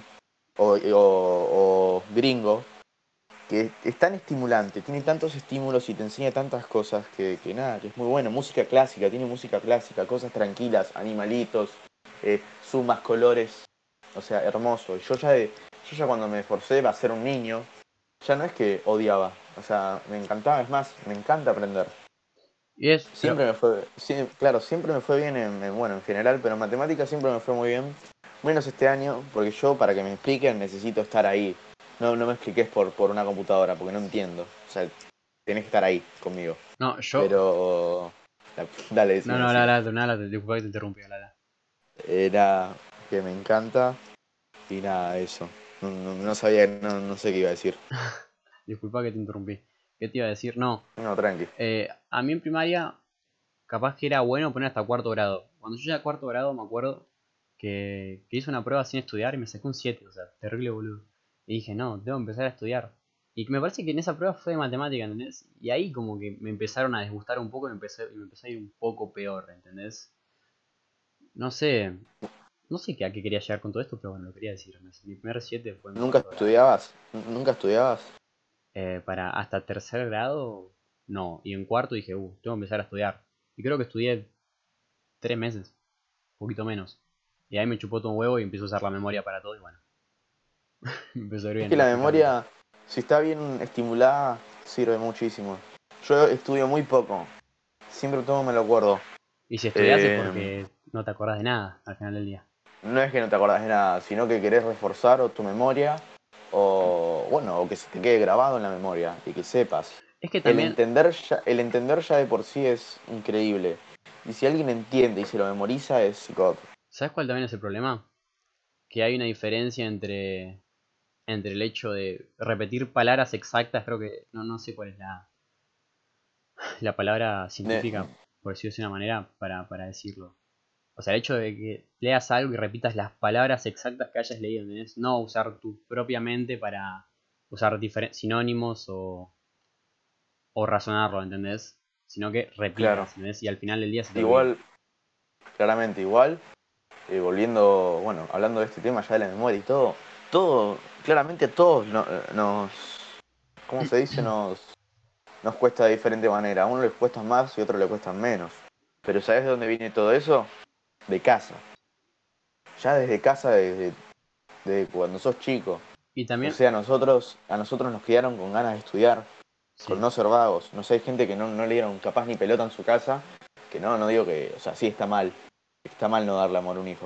o gringo que es tan estimulante, tiene tantos estímulos y te enseña tantas cosas que nada, que es muy bueno. Música clásica, tiene música clásica, cosas tranquilas, animalitos, sumas, colores, o sea, hermoso. Yo ya cuando me esforcé a ser un niño, ya no es que odiaba, o sea, me encantaba, es más, me encanta aprender. Y es, pero, Siempre me fue, sí, claro, siempre me fue bien bueno, en general, pero en matemáticas siempre me fue muy bien. Menos este año, porque yo para que me expliquen necesito estar ahí. No me expliques por una computadora, porque no entiendo. O sea, tenés que estar ahí conmigo. no, yo, Pero... Dale, no, decime, no, decime. disculpa que te interrumpí, Era que me encanta y nada, eso. No sabía, no sé qué iba a decir. Disculpa que te interrumpí. ¿Qué te iba a decir? No, No, tranqui. a mí en primaria, capaz que era bueno poner hasta cuarto grado. Cuando yo llegué a cuarto grado, me acuerdo que hice una prueba sin estudiar y me sacó un 7, o sea, terrible boludo. Y dije, no, tengo que empezar a estudiar. Y me parece que en esa prueba fue de matemática, ¿entendés? Y ahí como que me empezaron a desgustar un poco y me empezó a ir un poco peor, ¿entendés? No sé, no sé a qué quería llegar con todo esto, pero bueno, lo quería decir. Mi primer 7 fue en ¿Nunca cuarto grado. estudiabas? ¿Nunca estudiabas? Para hasta tercer grado, no. Y en cuarto dije, tengo que empezar a estudiar. Y creo que estudié 3 meses, un poquito menos. Y ahí me chupó todo un huevo y empecé a usar la memoria para todo y bueno, me empezó a ir Es bien, que la lógicamente. memoria, si está bien estimulada, sirve muchísimo. Yo estudio muy poco, siempre todo me lo acuerdo. Y si estudias es Eh, porque no te acordás de nada al final del día. no es que no te acordás de nada, sino que querés reforzar o tu memoria o, bueno, o que se te quede grabado en la memoria y que sepas. Es que también, El entender ya de por sí es increíble. Y si alguien entiende y se lo memoriza es God. ¿sabes cuál también es el problema? Que hay una diferencia entre el hecho de repetir palabras exactas, creo que, no sé cuál es la palabra Ne- científica, por decirlo de una manera, para decirlo. O sea, el hecho de que leas algo y repitas las palabras exactas que hayas leído, ¿entendés? No usar tu propia mente para usar sinónimos o razonarlo, ¿entendés? Sino que claro. repitas, ¿entendés? Y al final del día se te olvida. Igual, claramente igual, volviendo, bueno, hablando de este tema ya de la memoria y todo, claramente a todos nos, ¿cómo se dice? Nos cuesta de diferente manera. A uno les cuesta más y a otro le cuesta menos. Pero ¿sabes de dónde viene todo eso? De casa. Ya desde casa, desde cuando sos chico. Y O también, sea, a nosotros nos criaron con ganas de estudiar, con sí, no ser vagos. No sé, hay gente que no le dieron capaz ni pelota en su casa, que no digo que, o sea, sí está mal no darle amor a un hijo.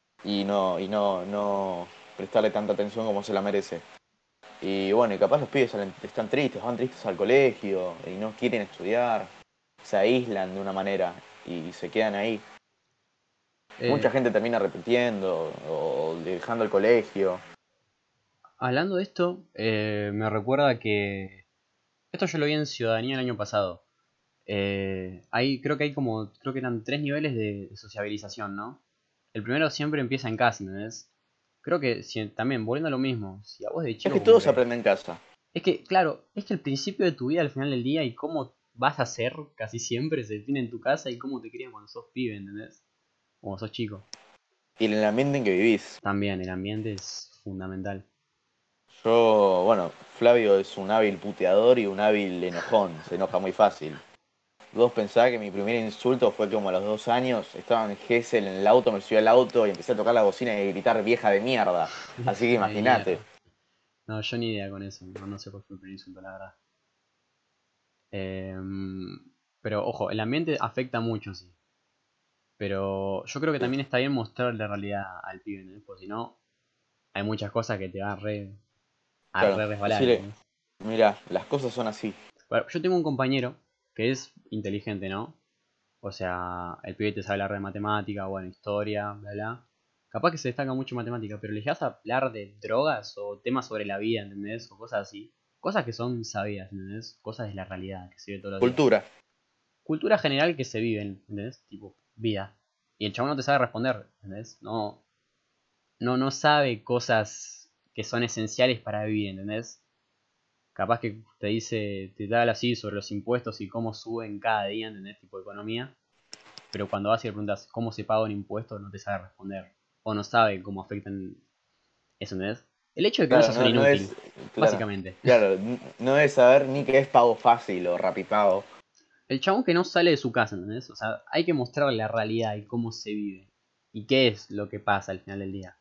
No prestarle tanta atención como se la merece. Y bueno, y capaz los pibes están tristes, van tristes al colegio y no quieren estudiar, se aíslan de una manera y se quedan ahí. Mucha eh, gente termina repitiendo o dejando el colegio. hablando de esto, me recuerda que esto yo lo vi en Ciudadanía el año pasado. Creo que hay como, creo que eran 3 niveles de sociabilización, ¿no? El primero siempre empieza en casa, ¿entendés? Creo que también, volviendo a lo mismo, si a vos de Es chico que como todo se que... aprende en casa. Es que, claro, es que el principio de tu vida al final del día y cómo vas a ser casi siempre se define en tu casa y cómo te crían cuando sos pibe, ¿entendés? Cuando sos chico. Y en el ambiente en que vivís. También el ambiente es fundamental. Bueno, Flavio es un hábil puteador y un hábil enojón, se enoja muy fácil. Vos pensás que mi primer insulto fue como a los 2 años, estaba en Gessel en el auto, me subí al auto y empecé a tocar la bocina y gritar vieja de mierda. Así que Vieja de imagínate. mierda. No, yo ni idea con eso. No sé cuál fue el primer insulto, la verdad. Pero ojo, el ambiente afecta mucho, sí. Pero yo creo que Sí. también está bien mostrarle la realidad al pibe, ¿no? Porque si no, hay muchas cosas que te van a Claro, re resbalar, decirle, ¿entendés? mira, las cosas son así. Bueno, yo tengo un compañero que es inteligente, ¿no? O sea, el pibe te sabe hablar de matemática, bueno, historia, bla, bla. Capaz que se destaca mucho en matemática, pero le llegas a hablar de drogas o temas sobre la vida, ¿entendés? O cosas así. Cosas que son sabidas, ¿entendés? Cosas de la realidad que se vive todos los días. Cultura. Cultura general que se vive, ¿entendés? Tipo, vida. Y el chabón no te sabe responder, ¿entendés? No sabe cosas que son esenciales para vivir, ¿entendés? Capaz que te da así sobre los impuestos y cómo suben cada día, ¿entendés? Tipo de economía. Pero cuando vas y le preguntas cómo se paga un impuesto, no te sabe responder. O no sabe cómo afectan eso, ¿entendés? El hecho de que no Claro, seas un no es, inútil, claro, básicamente. claro, no debe saber ni qué es pago fácil o rapipago. El chabón que no sale de su casa, ¿entendés? O sea, hay que mostrarle la realidad y cómo se vive. Y qué es lo que pasa al final del día.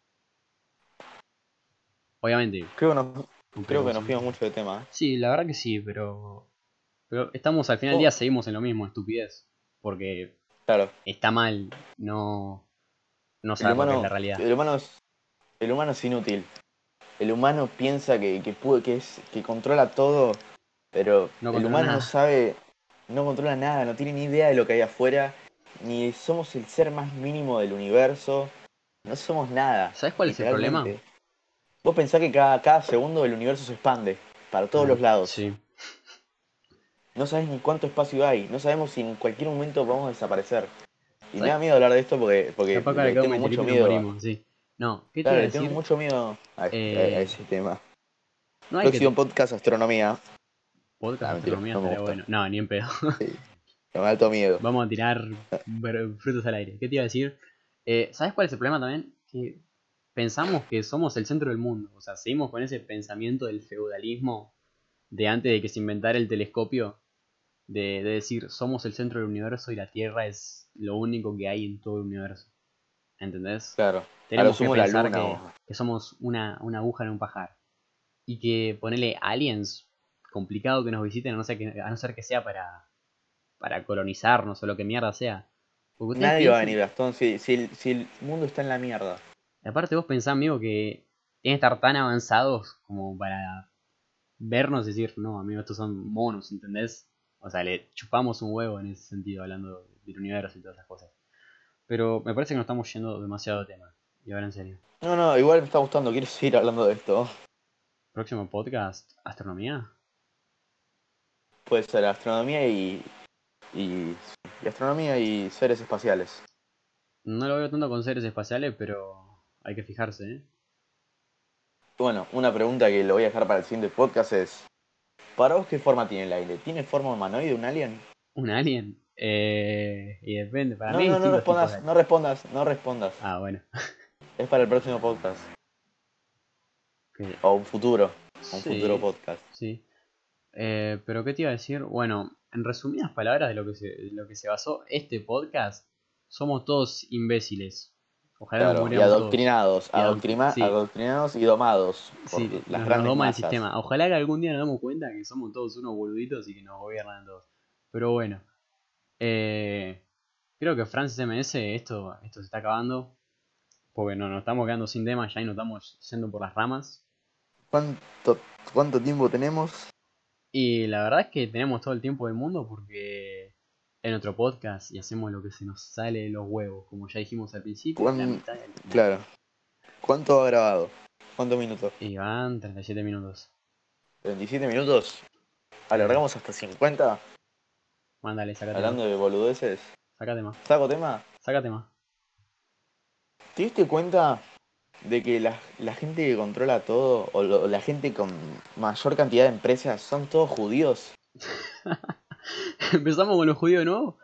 Obviamente, con Creo que nos precaución. fuimos mucho de tema, ¿eh? Sí, la verdad que sí, pero estamos al final del Oh, día, seguimos en lo mismo, estupidez. Porque claro, está mal no saber lo que es la realidad. el humano el humano es inútil. El humano piensa que controla todo, pero No el controla humano no nada. sabe, no controla nada, no tiene ni idea de lo que hay afuera, ni somos el ser más mínimo del universo, no somos nada, ¿Sabes cuál es el problema? literalmente. Vos pensás que cada segundo el universo se expande para todos los lados. Sí. No sabes ni cuánto espacio hay, no sabemos si en cualquier momento vamos a desaparecer. Y me da miedo hablar de esto porque Capaz que ahora le quedamos tengo en mucho meteorito y nos miedo morimos, sí. No, ¿qué te iba claro, a le tengo decir? mucho miedo a Eh, ese tema. no hay que... Próximo podcast, astronomía. Podcast de Ah, mentira, astronomía no me estaría gusta. bueno. No, ni en pedo. Sí, me da alto miedo. Vamos a tirar frutos al aire. ¿Qué te iba a decir? ¿Sabes cuál es el problema también? Que pensamos que somos el centro del mundo. O sea, seguimos con ese pensamiento del feudalismo de antes de que se inventara el telescopio. De decir, somos el centro del universo y la Tierra es lo único que hay en todo el universo. ¿Entendés? Claro. A lo Tenemos que sumo la pensar luna. que somos una aguja en un pajar. Y que ponerle aliens, complicado que nos visiten, a no ser que sea para colonizarnos o lo que mierda sea. Porque ustedes Nadie va a venir, piensen, Gastón, si el mundo está en la mierda. aparte vos pensás, amigo, que tienen que estar tan avanzados como para vernos y decir, no, amigo, estos son monos, ¿entendés? O sea, le chupamos un huevo en ese sentido, hablando del universo y todas esas cosas. Pero me parece que nos estamos yendo demasiado de tema. Y ahora en serio. No, no, igual me está gustando, quiero seguir hablando de esto. Próximo podcast, astronomía. Puede ser astronomía y astronomía y seres espaciales. No lo veo tanto con seres espaciales, pero hay que fijarse, ¿eh? Bueno, una pregunta que lo voy a dejar para el siguiente podcast es, ¿para vos qué forma tiene el aire? ¿Tiene forma humanoide un alien? ¿Un alien? Y depende, para mí No, hay no, no distintos tipos de respondas, no aliens. respondas, no respondas. Ah, bueno. Es para el próximo podcast. Que- O un futuro Sí, podcast. sí. Pero ¿qué te iba a decir? Bueno, en resumidas palabras de lo que se basó este podcast, somos todos imbéciles. Ojalá nos Claro, y muriéramos todos. Y sí, adoctrinados y domados por sí, las nos grandes doma el masas. sistema. Ojalá que algún día nos demos cuenta que somos todos unos boluditos y que nos gobiernan todos. Pero bueno, eh, creo que Francis MS, esto se está acabando. Porque no, nos estamos quedando sin temas ya y nos estamos yendo por las ramas. ¿Cuánto, cuánto tiempo tenemos? Y la verdad es que tenemos todo el tiempo del mundo porque en nuestro podcast y hacemos lo que se nos sale de los huevos, como ya dijimos al principio y a la ¿Cuán- mitad y al final. claro. ¿Cuánto ha grabado? ¿Cuántos minutos? Y van 37 minutos. ¿27 minutos? Eh, ¿Alargamos hasta 50? mándale, sácate más. Hablando de boludeces. Sácate más. ¿Saco tema? Sácate más. ¿Te diste cuenta de que la gente que controla todo, la gente con mayor cantidad de empresas, son todos judíos? Empezamos con los judíos de nuevo.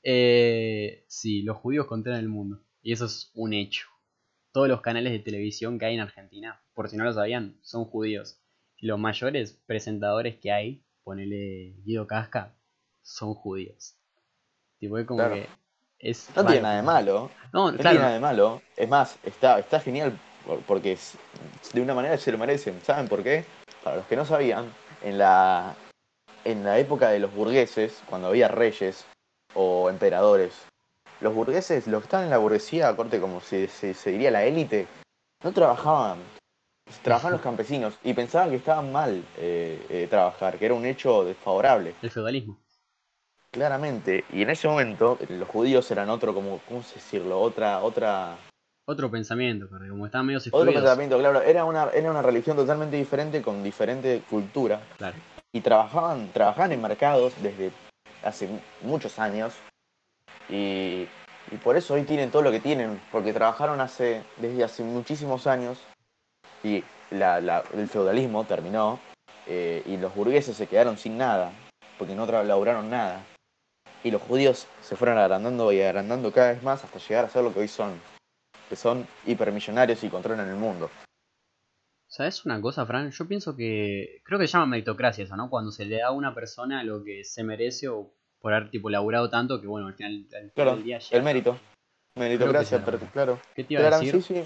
Sí, los judíos controlan el mundo. Y eso es un hecho. Todos los canales de televisión que hay en Argentina, por si no lo sabían, son judíos. Y los mayores presentadores que hay, ponele Guido Casca, son judíos. Tipo, es como Claro. que es No tiene raro nada de pensar. malo. No, No tiene claro, nada no. de malo. Es más, está genial porque de una manera se lo merecen. ¿Saben por qué? Para los que no sabían, en en la época de los burgueses, cuando había reyes o emperadores, los burgueses, los que estaban en la burguesía, corte como se diría la élite, no trabajaban. Trabajaban los campesinos y pensaban que estaban mal trabajar, que era un hecho desfavorable. El feudalismo. Claramente. Y en ese momento los judíos eran otro, como, ¿cómo se decirlo? Otro pensamiento, porque como estaban medios Otro excluidos. pensamiento, claro. Era una religión totalmente diferente con diferente cultura. Claro. Y trabajaban en mercados desde hace muchos años. Y, y por eso hoy tienen todo lo que tienen. Porque trabajaron desde hace muchísimos años. Y el feudalismo terminó. Y los burgueses se quedaron sin nada. Porque no laburaron nada. Y los judíos se fueron agrandando y agrandando cada vez más hasta llegar a ser lo que hoy son. Que son hipermillonarios y controlan el mundo. ¿Sabes una cosa, Fran? Yo pienso que. Creo que se llama meritocracia eso, ¿no? Cuando se le da a una persona lo que se merece o por haber tipo laburado tanto que, bueno, al final Claro, del día llega el a ser lo mérito. que. Creo que esa es Meritocracia, la pero palabra. claro. ¿Qué te iba a Claro, sí, decir? sí.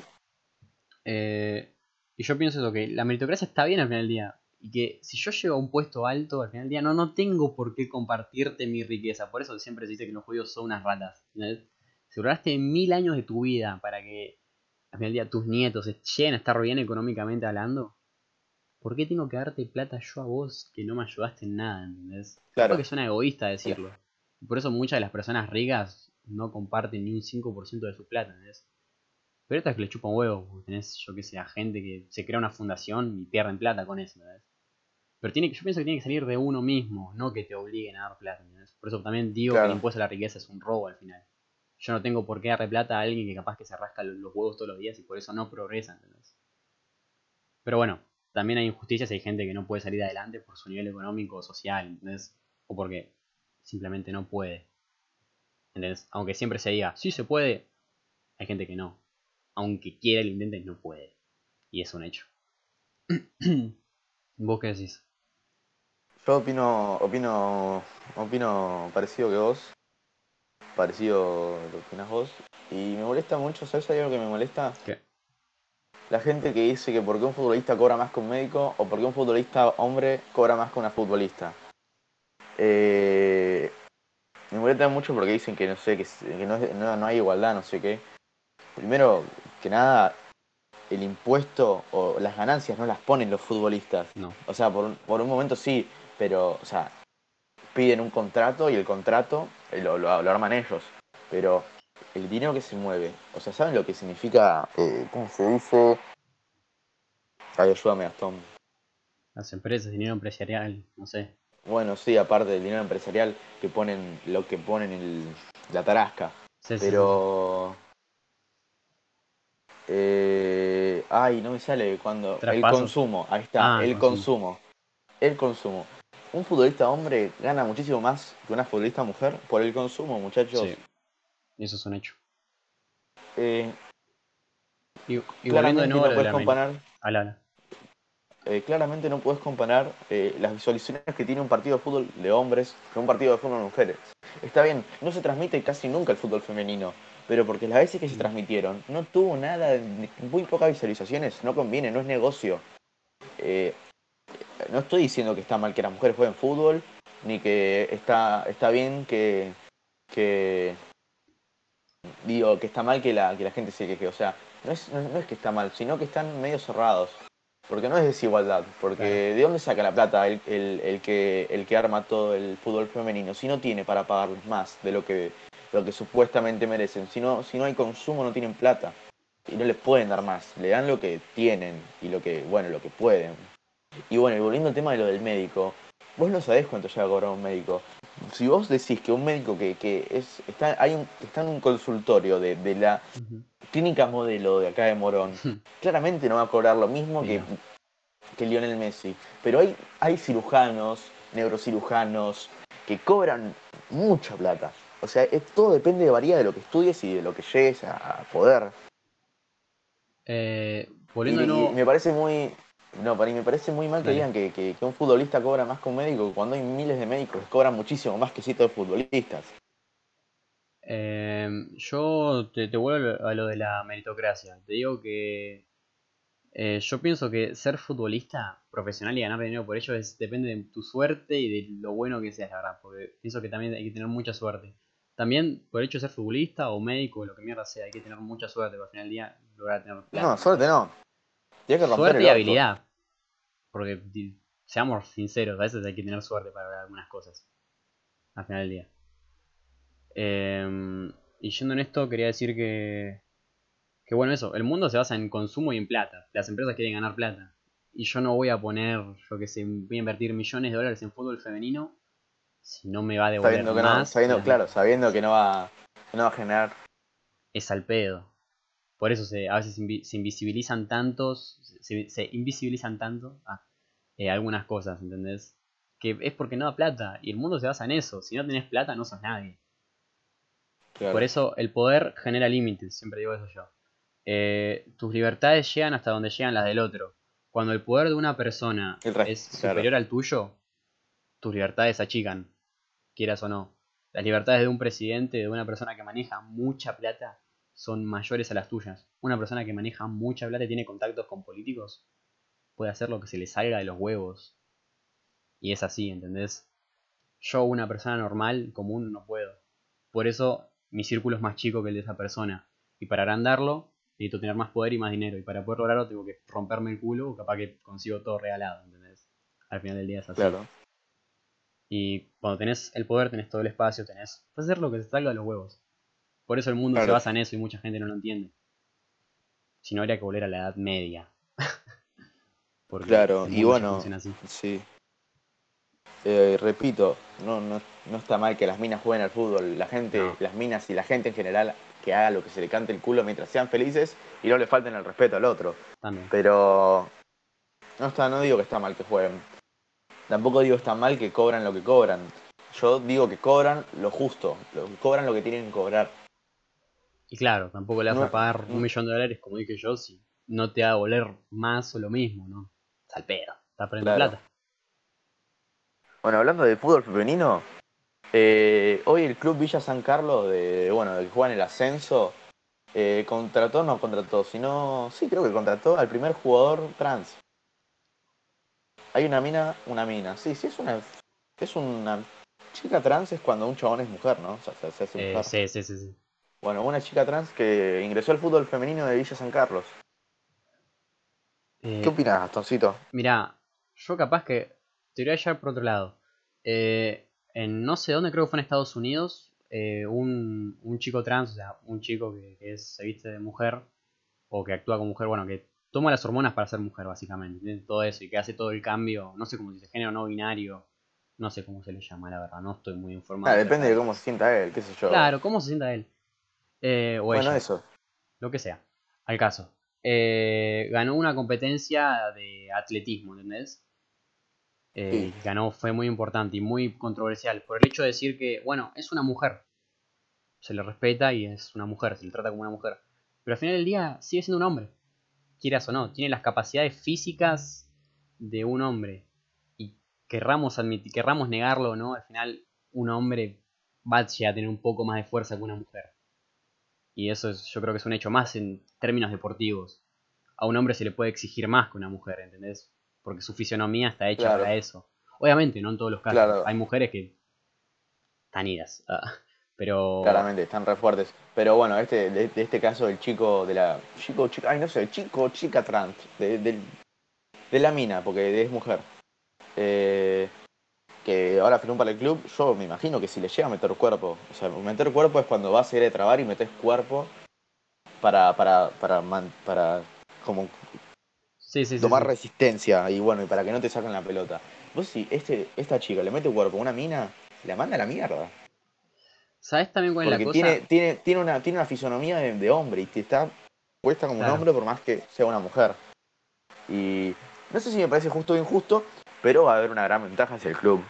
Y yo pienso eso, que la meritocracia está bien al final del día. Y que si yo llego a un puesto alto al final del día, no tengo por qué compartirte mi riqueza. Por eso siempre se dice que los judíos son unas ratas. ¿Entendés? Si duraste 1000 años de tu vida para que al final del día tus nietos lleguen a estar bien económicamente hablando, ¿por qué tengo que darte plata yo a vos que no me ayudaste en nada? ¿Entendés? Capaz Claro. que suena egoísta decirlo. Y por eso muchas de las personas ricas no comparten ni un 5% de su plata, ¿entendés? Pero esta es que le chupa un huevo, porque tenés, yo que sé, a gente que se crea una fundación y pierden plata con eso, ¿entendés? Pero yo pienso que tiene que salir de uno mismo, no que te obliguen a dar plata, ¿entendés? Por eso también digo que el Claro. impuesto a la riqueza es un robo al final. Yo no tengo por qué darle plata a alguien que capaz que se rasca los huevos todos los días y por eso no progresa, ¿entendés? Pero bueno, también hay injusticias y hay gente que no puede salir adelante por su nivel económico o social, ¿entendés? O porque simplemente no puede, ¿entendés? Aunque siempre se diga, sí se puede, hay gente que no. Aunque quiera y lo intente, no puede. Y es un hecho. ¿Vos qué decís? Yo opino parecido que vos, parecido lo que opinás vos, y me molesta mucho, ¿sabes? Hay algo que me molesta, ¿Qué? la gente que dice que porque un futbolista cobra más que un médico, o porque un futbolista hombre cobra más que una futbolista. Eh, Me molesta mucho porque dicen que no sé, que no hay igualdad, no sé qué. Primero que nada, el impuesto o las ganancias no las ponen los futbolistas. No. O sea, por un momento sí, pero, o sea, piden un contrato y el contrato lo arman ellos. Pero el dinero que se mueve, o sea, ¿saben lo que significa? ¿Cómo se dice? Ay, ayúdame, Gastón. Las empresas, dinero empresarial, no sé. Bueno, sí, aparte del dinero empresarial que ponen, lo que ponen la tarasca. Sí, sí, sí, sí. Pero ay, no me sale cuando. El Traspasos. consumo, ahí está, Ah, el consumo. consumo. El consumo. Un futbolista hombre gana muchísimo más que una futbolista mujer por el consumo, muchachos. Sí, eso es un hecho. Eh, Y volviendo de claramente nuevo a no lo de puedes la América. comparar. Al ala. Claramente no puedes comparar las visualizaciones que tiene un partido de fútbol de hombres con un partido de fútbol de mujeres. Está bien, no se transmite casi nunca el fútbol femenino, pero porque las veces que se Mm. transmitieron no tuvo nada, muy pocas visualizaciones, no conviene, no es negocio. Eh, no estoy diciendo que está mal que las mujeres jueguen fútbol, ni que está bien que digo, que está mal que la gente se queje. O sea, no es que está mal, sino que están medio cerrados. Porque no es desigualdad. Claro. Porque ¿de dónde saca la plata el que arma todo el fútbol femenino? Si no tiene para pagar más de lo que supuestamente merecen. Si no hay consumo, no tienen plata. Y no les pueden dar más. Le dan lo que tienen y lo que pueden. Y bueno, y volviendo al tema de lo del médico, vos no sabés cuánto llega a cobrar un médico. Si vos decís que un médico está en un consultorio de la Ujú. clínica modelo de acá de Morón, claramente no va a cobrar lo mismo Y que, no. que Lionel Messi. Pero hay cirujanos, neurocirujanos, que cobran mucha plata. O sea, todo depende, varía de lo que estudies y de lo que llegues a poder. Volviendo de Y nuevo. me parece muy. No, para mí me parece muy mal que Dale. digan que un futbolista cobra más que un médico cuando hay miles de médicos que cobran muchísimo más que cientos de futbolistas. Yo te vuelvo a lo de la meritocracia. Te digo que yo pienso que ser futbolista profesional y ganar dinero por ello depende de tu suerte y de lo bueno que seas, la verdad. Porque pienso que también hay que tener mucha suerte. También por el hecho de ser futbolista o médico o lo que mierda sea, hay que tener mucha suerte para al final del día lograr tener plata, No, suerte ¿entendés? no. Tienes que romper Suerte el y orto. habilidad. Porque seamos sinceros, a veces hay que tener suerte para lograr algunas cosas. Al final del día. Y yendo en esto, quería decir que bueno, eso, el mundo se basa en consumo y en plata. Las empresas quieren ganar plata. Y yo no voy a poner, yo que sé, voy a invertir millones de dólares en fútbol femenino si no me va a devolver Sabiendo que no, más que sabiendo, las claro, sabiendo mismas. que no va a generar. Es al pedo. Por eso a veces se invisibilizan tantos, se invisibilizan tanto algunas cosas, ¿entendés? Que es porque no da plata. Y el mundo se basa en eso. Si no tenés plata, no sos nadie. Por Claro. eso el poder genera límites, siempre digo eso yo. Tus libertades llegan hasta donde llegan las del otro. Cuando el poder de una persona es Claro. superior al tuyo, tus libertades se achican, quieras o no. Las libertades de un presidente, de una persona que maneja mucha plata, son mayores a las tuyas. Una persona que maneja mucha plata y tiene contactos con políticos puede hacer lo que se le salga de los huevos. Y es así, ¿entendés? Yo, una persona normal, común, no puedo. Por eso mi círculo es más chico que el de esa persona. Y para agrandarlo, necesito tener más poder y más dinero. Y para poder lograrlo, tengo que romperme el culo o capaz que consigo todo regalado, ¿entendés? Al final del día es así. Claro. Y cuando tenés el poder, tenés todo el espacio, puedes hacer lo que se salga de los huevos. Por eso el mundo se Claro. basa en eso y mucha gente no lo entiende. Si no, habría que volver a la Edad Media. Porque Claro. el Y mundo ya bueno, funciona así. sí. repito, no está mal que las minas jueguen al fútbol. La gente, No, las minas y la gente en general que haga lo que se le cante el culo mientras sean felices y no le falten el respeto al otro. también. Pero no digo que está mal que jueguen. Tampoco digo que está mal que cobran lo que cobran. Yo digo que cobran lo justo, cobran lo que tienen que cobrar. Y claro, tampoco le vas a No, pagar no- $1.000.000, como dije yo, si no te va a volver más o lo mismo, ¿no? Está al pedo, está perdiendo claro. plata. Bueno, hablando de fútbol femenino, hoy el club Villa San Carlos, de que juega en el ascenso, no contrató, sino, sí creo que contrató al primer jugador trans. Hay una mina, sí, es una chica trans es cuando un chabón es mujer, ¿no? O sea, se hace mujer. Sí, sí, sí, sí. Bueno, una chica trans que ingresó al fútbol femenino de Villa San Carlos. ¿Qué Eh, opinas, Gastoncito? Mirá, yo capaz que te voy a llevar por otro lado. En no sé dónde, creo que fue en Estados Unidos, un chico trans, o sea, un chico se viste de mujer, o que actúa como mujer, bueno, que toma las hormonas para ser mujer, básicamente, ¿entiendes? Todo eso, y que hace todo el cambio, no sé cómo se dice, género no binario, no sé cómo se le llama, la verdad, no estoy muy informado acerca Depende de de eso. cómo se sienta él, qué sé yo. Claro, ¿cómo se sienta él? O Bueno, ella, eso. lo que sea. Al caso. Ganó una competencia de atletismo, ¿entendés? Sí. Ganó, fue muy importante y muy controversial por el hecho de decir que, bueno, es una mujer, se le respeta y es una mujer, se le trata como una mujer, pero al final del día sigue siendo un hombre, quieras o no, tiene las capacidades físicas de un hombre y querramos admitir, querramos negarlo o no, al final un hombre va a tener un poco más de fuerza que una mujer y eso es, yo creo que es un hecho más en términos deportivos. A un hombre se le puede exigir más que a una mujer, ¿entendés? Porque su fisionomía está hecha Claro, para eso. Obviamente, no en todos los casos. claro, Hay mujeres que están idas. Pero, claramente, están re fuertes. Pero bueno, de este caso, el chico de la. Chica, ay, no sé, chico, chica trans, de la mina, porque es mujer. Eh, que ahora firmó para el club, yo me imagino que si le llega a meter cuerpo, o sea, meter cuerpo es cuando vas a ir a trabar y metes cuerpo para como sí, sí, sí, tomar sí. resistencia y bueno, y para que no te saquen la pelota. Vos si esta chica le mete cuerpo a una mina, la manda a la mierda. ¿Sabes también cuál es la Porque cosa? tiene una fisonomía de hombre y te está puesta como un Claro. hombre por más que sea una mujer. Y no sé si me parece justo o injusto, pero va a haber una gran ventaja hacia el club.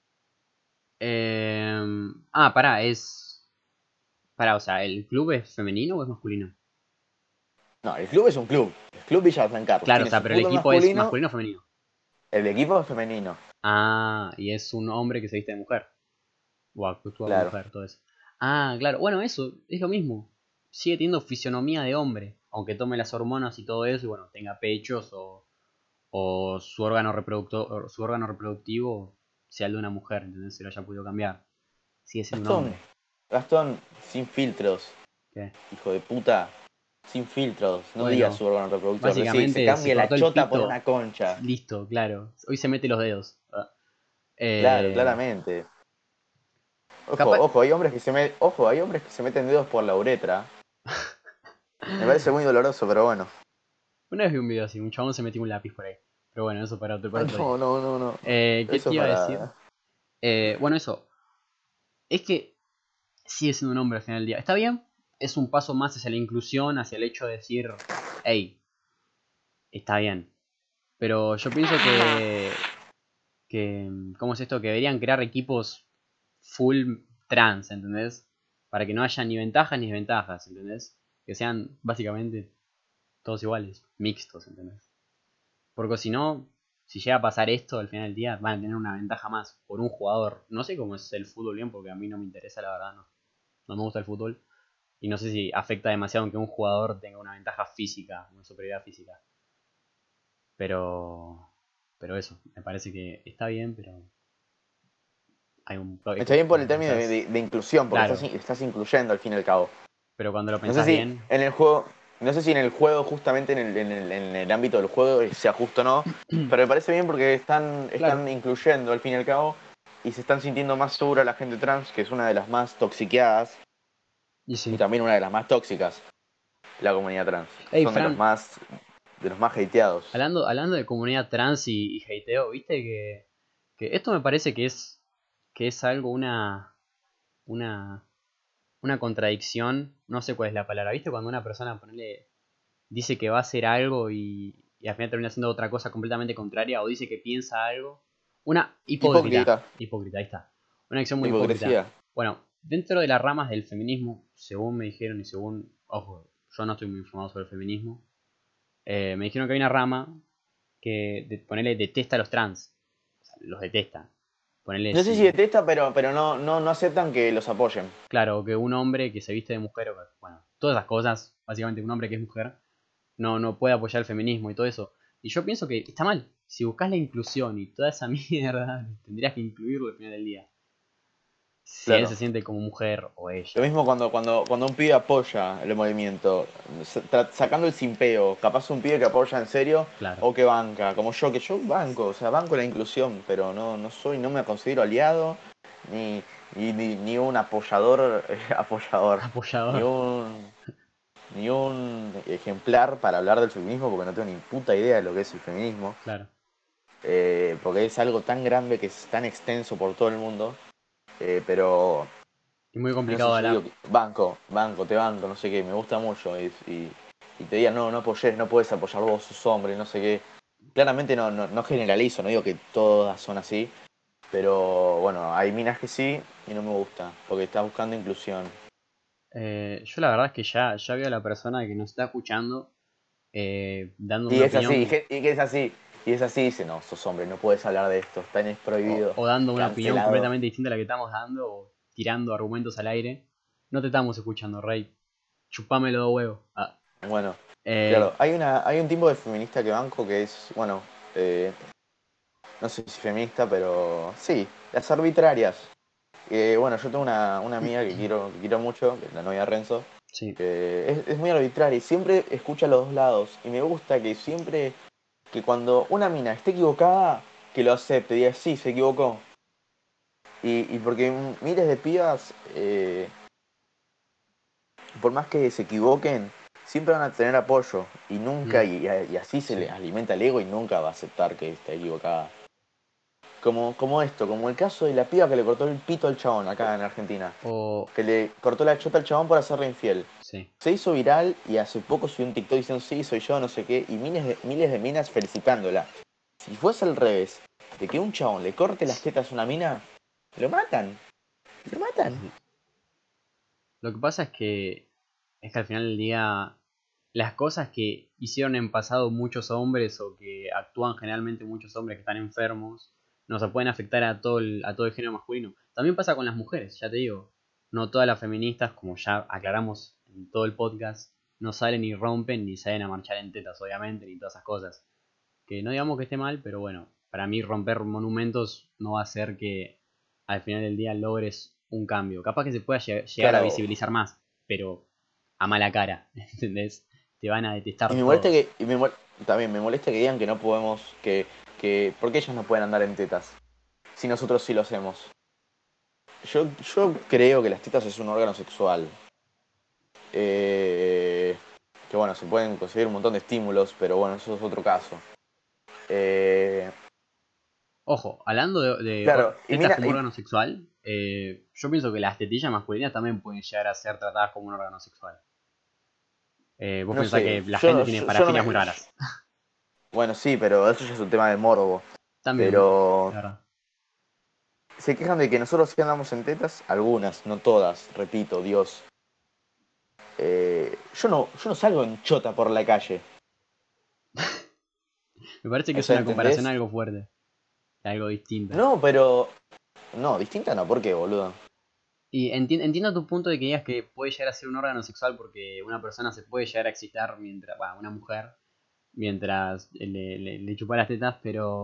Pará, es. Pará, o sea, ¿el club es femenino o es masculino? No, el club es un club. El club Villa San Carlos Claro, o tiene sea, su pero el fútbol equipo es masculino, masculino o femenino. el equipo es femenino. Y es un hombre que se viste de mujer. O actúa como Claro, mujer, todo eso. Claro. Bueno, eso es lo mismo. Sigue teniendo fisionomía de hombre. Aunque tome las hormonas y todo eso. Y bueno, tenga pechos o su órgano reproductivo sea el de una mujer. ¿Entendés? Se lo haya podido cambiar. Sigue siendo un Gastón, hombre. Gastón, sin filtros, ¿Qué? hijo de puta, sin filtros. No digas Bueno, su órgano reproductor, decí, se básicamente se cambie la cortó el chota por pito. una concha. Listo, claro. Hoy se mete los dedos. Claro, Eh, claramente. Capaz. Ojo, hay hombres que se meten dedos por la uretra. Me parece muy doloroso, pero bueno. Una vez vi un video así, un chabón se metió un lápiz por ahí. Pero bueno, eso para otro día. No, no, no, no. ¿Qué Eso te es iba a decir? para. Bueno, eso. Es que sigue siendo un hombre al final del día. Está bien, es un paso más hacia la inclusión, hacia el hecho de decir, hey, está bien. Pero yo pienso ¿cómo es esto? Que deberían crear equipos full trans, ¿entendés? Para que no haya ni ventajas ni desventajas, ¿entendés? Que sean básicamente todos iguales, mixtos, ¿entendés? Porque si no, si llega a pasar esto, al final del día van a tener una ventaja más por un jugador. No sé cómo es el fútbol bien, porque a mí no me interesa, la verdad, no, no me gusta el fútbol. Y no sé si afecta demasiado en que un jugador tenga una ventaja física, una superioridad física. Pero, pero eso, me parece que está bien, pero Está bien por el cuando lo término de, pensás, de- de inclusión, porque claro, estás incluyendo al fin y al cabo. pero cuando lo No sé pensás si bien, en el juego, no sé si en el juego, justamente en el ámbito del juego, sea justo o no, pero me parece bien porque claro, están incluyendo al fin y al cabo y se están sintiendo más segura la gente trans, que es una de las más toxiqueadas y y sí. también una de las más tóxicas, la comunidad trans. Hey, Son Fran, de los más hateados. hablando de comunidad trans y hateo, ¿viste que Que esto me parece que es algo, una, una contradicción, no sé cuál es la palabra, ¿viste? Cuando una persona ponele, dice que va a hacer algo y al final termina haciendo otra cosa completamente contraria, o dice que piensa algo. Una hipócrita, Hipócrita. hipócrita, ahí está. Una acción La muy hipócrita. hipocresía. Bueno, dentro de las ramas del feminismo, según me dijeron y según, ojo, yo no estoy muy informado sobre el feminismo, me dijeron que hay una rama que ponele detesta a los trans, o sea, los detesta. Ponele No sé si si, detesta, pero no aceptan que los apoyen. claro, que un hombre que se viste de mujer, o bueno, todas esas cosas, básicamente un hombre que es mujer, no puede apoyar el feminismo y todo eso. Y yo pienso que está mal. Si buscas la inclusión y toda esa mierda, tendrías que incluirlo al final del día. Si él Claro. se siente como mujer o Lo ella. mismo cuando un pibe apoya el movimiento, sacando el simpeo, capaz un pibe que apoya en serio Claro, o que banca, como yo, que yo banco, o sea, banco la inclusión, pero no me considero aliado, ni, ni un apoyador, apoyador, ni apoyador, un, ni un ejemplar para hablar del feminismo, porque no tengo ni puta idea de lo que es el feminismo, claro. porque es algo tan grande que es tan extenso por todo el mundo, pero Y muy no sé, complicado de yo digo, hablar. te banco, no sé qué, me gusta mucho. Y te digan, no apoyes, no puedes apoyar vos, sos hombre, no sé qué. Claramente no generalizo, no digo que todas son así, pero bueno, hay minas que sí y no me gusta, porque estás buscando inclusión. Yo la verdad es que ya veo a la persona que nos está escuchando dando Y una es así, opinión y que es así, y es así, dice, no, sos hombre, no puedes hablar de esto, está es prohibido, o dando una opinión cancelado. completamente distinta a la que estamos dando o tirando argumentos al aire. No te estamos escuchando, Rey. Chupame los dos huevos. Ah, Bueno, claro, eh, hay un tipo de feminista que banco que es, bueno, eh, no sé si feminista, pero sí, las arbitrarias. Bueno, yo tengo una amiga que quiero mucho, que es la novia de Renzo, sí. que es muy arbitraria y siempre escucha los dos lados. Y me gusta que siempre, que cuando una mina esté equivocada, que lo acepte, diga, sí, se equivocó. Y porque miles de pibas, por más que se equivoquen, siempre van a tener apoyo. Y nunca, Mm, y así se le sí. alimenta el ego y nunca va a aceptar que está equivocada. Como esto, como el caso de la piba que le cortó el pito al chabón acá en Argentina. O, Que le cortó la chota al chabón por hacerle infiel. sí. Se hizo viral y hace poco subió un TikTok diciendo sí, soy yo, no sé qué, y miles de minas felicitándola. Si fuese al revés, de que un chabón le corte las tetas a una mina, lo matan, lo matan. Lo que pasa es que al final del día las cosas que hicieron en pasado muchos hombres o que actúan generalmente muchos hombres que están enfermos no se pueden afectar a todo el género masculino. También pasa con las mujeres, ya te digo. No todas las feministas, como ya aclaramos en todo el podcast, no salen y rompen ni salen a marchar en tetas, obviamente, ni todas esas cosas. Que no digamos que esté mal, pero bueno, para mí romper monumentos no va a hacer que al final del día logres un cambio. Capaz que se pueda llegar a Claro, visibilizar más, pero a mala cara, ¿entendés? Te van a y detestar me molesta todos. que, también me molesta que digan que no podemos, ¿por qué ellos no pueden andar en tetas? Si nosotros sí lo hacemos. Yo creo que las tetas es un órgano sexual. Eh, que bueno, se pueden conseguir un montón de estímulos, pero bueno, eso es otro caso. Eh, Ojo, hablando claro, tetas como órgano sexual, yo pienso que las tetillas masculinas también pueden llegar a ser tratadas como un órgano sexual. Vos no pensás que sé, la gente tiene yo no parafilias me... muy raras. Bueno, sí, pero eso ya es un tema de morbo. También, Pero la verdad. se quejan de que nosotros sí andamos en tetas, algunas, no todas, repito, Dios. Yo no salgo en chota por la calle. Me parece que O es sea, una comparación ¿entendés? algo fuerte, algo distinta. No, pero... No, distinta no, ¿por qué, boludo? Y entiendo tu punto de que digas que puede llegar a ser un órgano sexual porque una persona se puede llegar a excitar mientras, bueno, una mujer, mientras le chupa las tetas,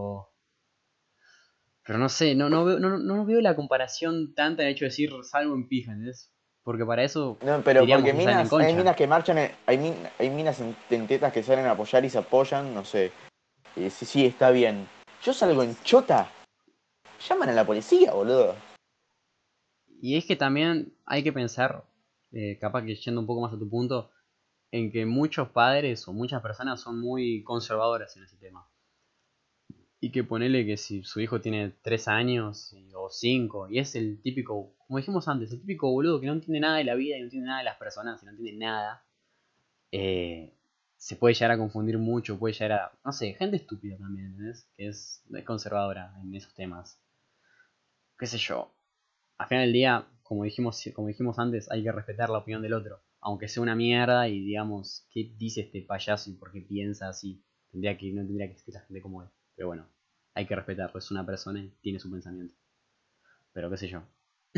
pero no sé, no veo la comparación tanta de hecho de decir salgo en pija, ¿entendés? Porque para eso No, pero diríamos porque que salen en hay concha. minas que marchan, hay minas en tetas que salen a apoyar y se apoyan, no sé. Y sí, sí, está bien. Yo salgo en chota, llaman a la policía, boludo. Y es que también hay que pensar, capaz que yendo un poco más a tu punto, en que muchos padres o muchas personas son muy conservadoras en ese tema. Y que ponele que si su hijo tiene 3 años o 5 y es el típico, como dijimos antes, el típico boludo que no entiende nada de la vida y no entiende nada de las personas y no entiende nada, eh, se puede llegar a confundir mucho, puede llegar a, no sé, gente estúpida también, ¿entendés? Que es conservadora en esos temas. Qué sé yo. Al final del día, como dijimos antes, hay que respetar la opinión del otro. Aunque sea una mierda y digamos, ¿qué dice este payaso y por qué piensa así? No tendría que ser la gente como él. Pero bueno, hay que respetarlo. Es una persona y tiene su pensamiento. Pero qué sé yo.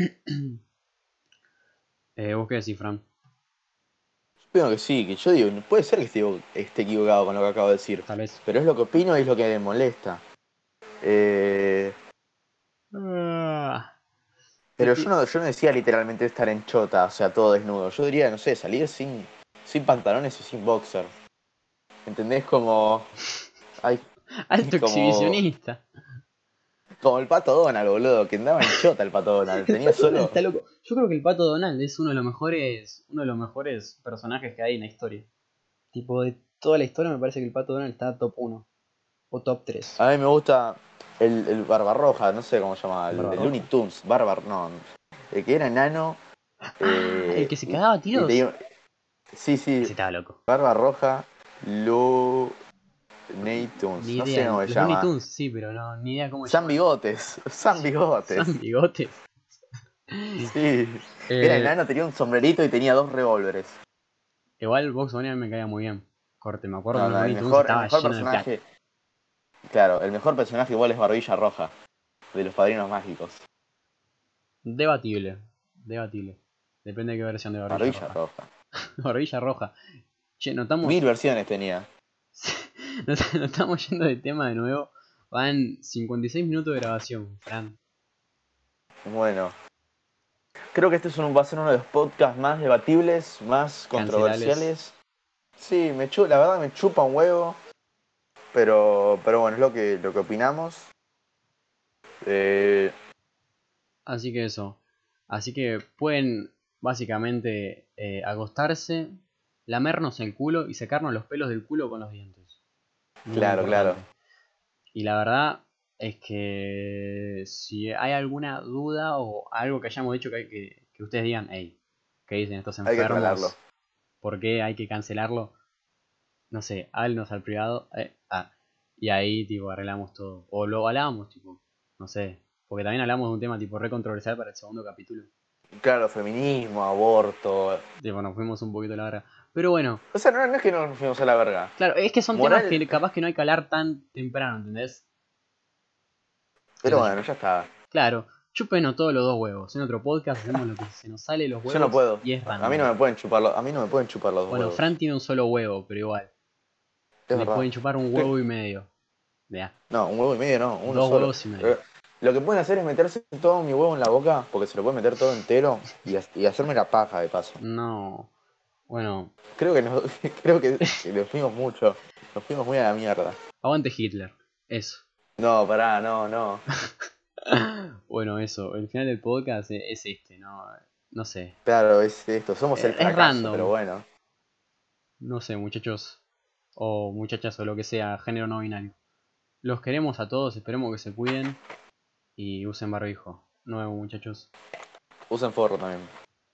¿Vos qué decís, Fran? Espero que sí, que yo digo, puede ser que esté equivocado con lo que acabo de decir, Tal vez. pero es lo que opino y es lo que me molesta. Eh, Ah, es pero que yo no decía literalmente estar en chota, o sea, todo desnudo. Yo diría, no sé, salir sin pantalones y sin boxer. ¿Entendés? Como, ay, alto como, exhibicionista. como el Pato Donald, boludo, que andaba en chota el Pato Donald. El Tenía Pato Donald solo, está loco. Yo creo que el Pato Donald es uno de los mejores personajes que hay en la historia. Tipo, de toda la historia me parece que el Pato Donald está top uno o top 3. a mí me gusta el Barbarroja, no sé cómo se llama, el Barba de Looney Roja. Tunes, no, el que era enano, Ah, el que se y, cagaba a y tiros. tenía, sí, sí, Ese estaba loco. Barba Roja, Looney Tunes, Ni no sé idea. cómo se Los Looney llama. Tunes, sí, pero no, ni idea cómo se San llaman. Bigotes, San San Bigotes. Bigotes. Sí, era Eh, enano, tenía un sombrerito y tenía dos revólveres. igual Box Bunny a mí me caía muy bien. Corte, me acuerdo No, en los no, Looney Tunes el estaba mejor lleno de plata. personaje, claro, el mejor personaje igual es Barbilla Roja, de los Padrinos Mágicos. Debatible. Debatible. Depende de qué versión de Barbilla Barbilla Roja. Roja. Barbilla Roja. Che, notamos. 1000 versiones tenía. Nos estamos yendo de tema de nuevo. Van 56 minutos de grabación, Fran. Bueno, creo que este va a ser uno de los podcasts más debatibles, más Cancelables. controversiales. Sí, la verdad me chupa un huevo, pero bueno, es lo que opinamos. Eh, Así que eso. Así que pueden básicamente acostarse, lamernos el culo y secarnos los pelos del culo con los dientes. Muy claro, claro. importante. Y la verdad es que si hay alguna duda o algo que hayamos dicho que ustedes digan, hey, ¿qué dicen estos Hay que aclararlo. enfermos? ¿Por qué hay que cancelarlo? No sé, háblenos al privado. Y ahí tipo arreglamos todo. O lo hablamos, tipo, no sé. Porque también hablamos de un tema tipo re controversial para el segundo capítulo. Claro, feminismo, aborto. Tipo, nos fuimos un poquito a la verga. Pero bueno, O sea, no es que no nos fuimos a la verga. claro, es que son temas Moral, que capaz que no hay que hablar tan temprano, ¿entendés? Qué pero sé yo. bueno, ya está. Claro, chúpenos todos los dos huevos. En otro podcast hacemos lo que se nos sale de los Yo no huevos puedo. y es A mí no random. me pueden chupar a mí no me pueden chupar los dos Bueno, huevos. Fran tiene un solo huevo, pero igual. Es Le verdad. pueden chupar un huevo y medio. Vea, No, un huevo y medio no, uno dos solo. huevos y medio. Eh, Lo que pueden hacer es meterse todo mi huevo en la boca, porque se lo pueden meter todo entero y hacerme la paja de paso. No. Bueno, Creo que no, creo que nos fuimos mucho. Nos fuimos muy a la mierda. aguante Hitler. Eso. No, pará, no, no. Bueno, eso. El final del podcast es este, ¿no? No sé. Claro, es esto. Somos el Es fracaso, pero random. bueno. No sé, muchachos. O muchachas o lo que sea, género no binario. Los queremos a todos, esperemos que se cuiden y usen barbijo. Nos vemos, muchachos. Usen forro también.